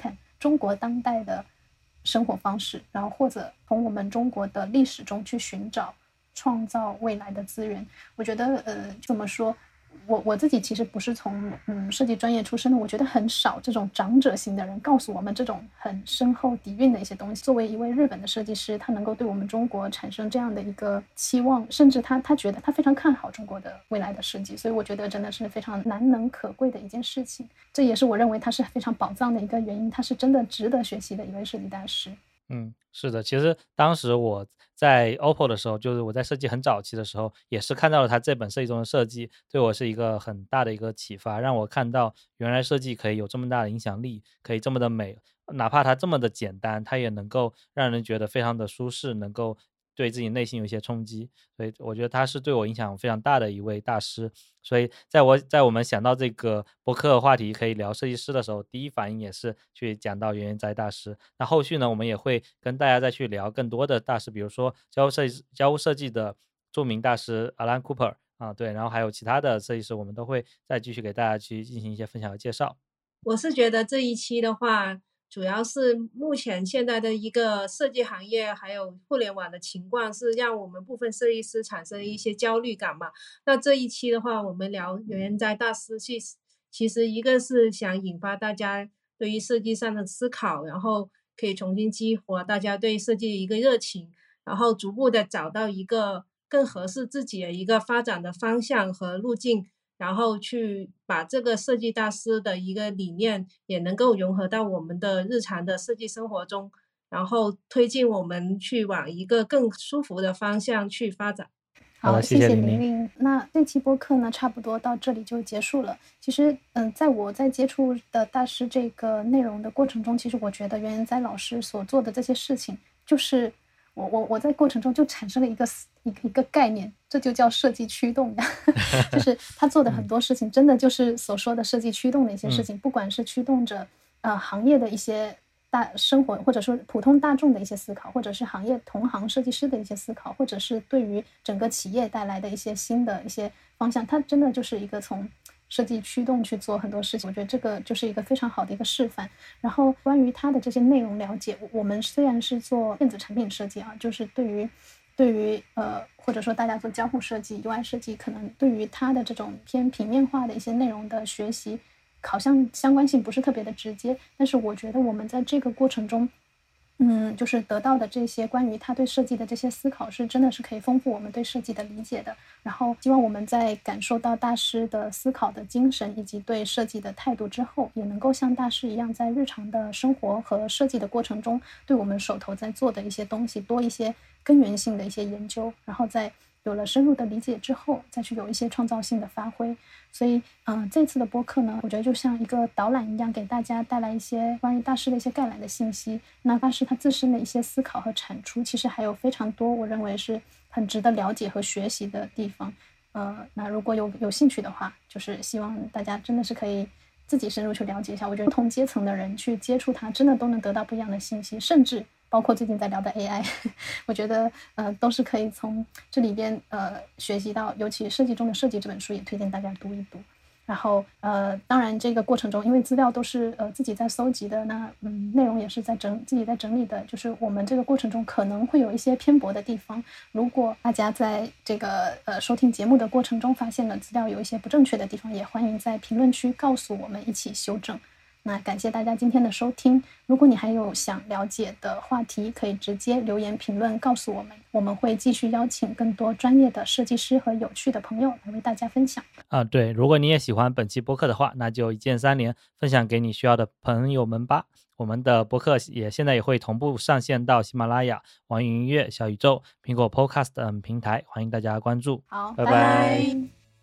Speaker 3: 中国当代的生活方式，然后或者从我们中国的历史中去寻找创造未来的资源。我觉得怎么说，我自己其实不是从设计专业出身的，我觉得很少这种长者型的人告诉我们这种很深厚底蕴的一些东西。作为一位日本的设计师，他能够对我们中国产生这样的一个期望，甚至他觉得他非常看好中国的未来的设计，所以我觉得真的是非常难能可贵的一件事情。这也是我认为他是非常宝藏的一个原因，他是真的值得学习的一位设计大师。
Speaker 2: 是的，其实当时我在 OPPO 的时候，就是我在设计很早期的时候，也是看到了他这本设计中的设计，对我是一个很大的一个启发，让我看到原来设计可以有这么大的影响力，可以这么的美，哪怕它这么的简单，它也能够让人觉得非常的舒适，能够对自己内心有一些冲击。所以我觉得他是对我影响非常大的一位大师。所以在我们想到这个播客话题可以聊设计师的时候，第一反应也是去讲到原研哉大师。那后续呢，我们也会跟大家再去聊更多的大师，比如说交互设计的著名大师 Alan Cooper 对，然后还有其他的设计师，我们都会再继续给大家去进行一些分享和介绍。
Speaker 4: 我是觉得这一期的话，主要是目前现在的一个设计行业还有互联网的情况，是让我们部分设计师产生一些焦虑感嘛。那这一期的话，我们聊原研哉大师，其实一个是想引发大家对于设计上的思考，然后可以重新激活大家对设计的一个热情，然后逐步的找到一个更合适自己的一个发展的方向和路径，然后去把这个设计大师的一个理念也能够融合到我们的日常的设计生活中，然后推进我们去往一个更舒服的方向去发展。
Speaker 3: 好，
Speaker 2: 谢谢
Speaker 3: 玲玲。那这期播客呢，差不多到这里就结束了。其实，在我在接触的大师这个内容的过程中，其实我觉得原研哉老师所做的这些事情，就是我在过程中就产生了一个概念，这就叫设计驱动的就是他做的很多事情真的就是所说的设计驱动的一些事情，不管是驱动着行业的一些大生活，或者说普通大众的一些思考，或者是行业同行设计师的一些思考，或者是对于整个企业带来的一些新的一些方向，它真的就是一个从设计驱动去做很多事情。我觉得这个就是一个非常好的一个示范。然后关于它的这些内容了解，我们虽然是做电子产品设计就是对于或者说大家做交互设计 UI 设计，可能对于它的这种偏平面化的一些内容的学习好像相关性不是特别的直接，但是我觉得我们在这个过程中就是得到的这些关于他对设计的这些思考，是真的是可以丰富我们对设计的理解的。然后希望我们在感受到大师的思考的精神以及对设计的态度之后，也能够像大师一样，在日常的生活和设计的过程中，对我们手头在做的一些东西多一些根源性的一些研究，然后在有了深入的理解之后，再去有一些创造性的发挥。所以这次的播客呢，我觉得就像一个导览一样，给大家带来一些关于大师的一些概览的信息。那大师他自身的一些思考和产出，其实还有非常多我认为是很值得了解和学习的地方。那如果有兴趣的话，就是希望大家真的是可以自己深入去了解一下。我觉得不同阶层的人去接触它，真的都能得到不一样的信息，甚至包括最近在聊的 AI 我觉得都是可以从这里边学习到，尤其设计中的设计这本书也推荐大家读一读。然后当然这个过程中因为资料都是自己在搜集的，那内容也是自己在整理的，就是我们这个过程中可能会有一些偏颇的地方，如果大家在这个收听节目的过程中发现了资料有一些不正确的地方，也欢迎在评论区告诉我们，一起修正。那感谢大家今天的收听，如果你还有想了解的话题，可以直接留言评论告诉我们，我们会继续邀请更多专业的设计师和有趣的朋友来为大家分享。
Speaker 2: 对，如果你也喜欢本期播客的话，那就一键三连，分享给你需要的朋友们吧。我们的播客现在也会同步上线到喜马拉雅、网易云音乐、小宇宙、苹果 Podcast 等平台，欢迎大家关注。
Speaker 3: 好，
Speaker 2: 拜拜。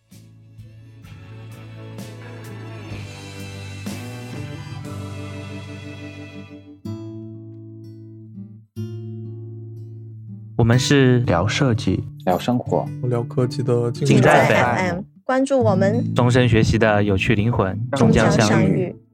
Speaker 2: 我们是
Speaker 5: 聊设计，聊生活，
Speaker 6: 聊科技的
Speaker 2: 尽在
Speaker 1: FM， 关注我们，
Speaker 2: 终身学习的有趣灵魂，终将相遇。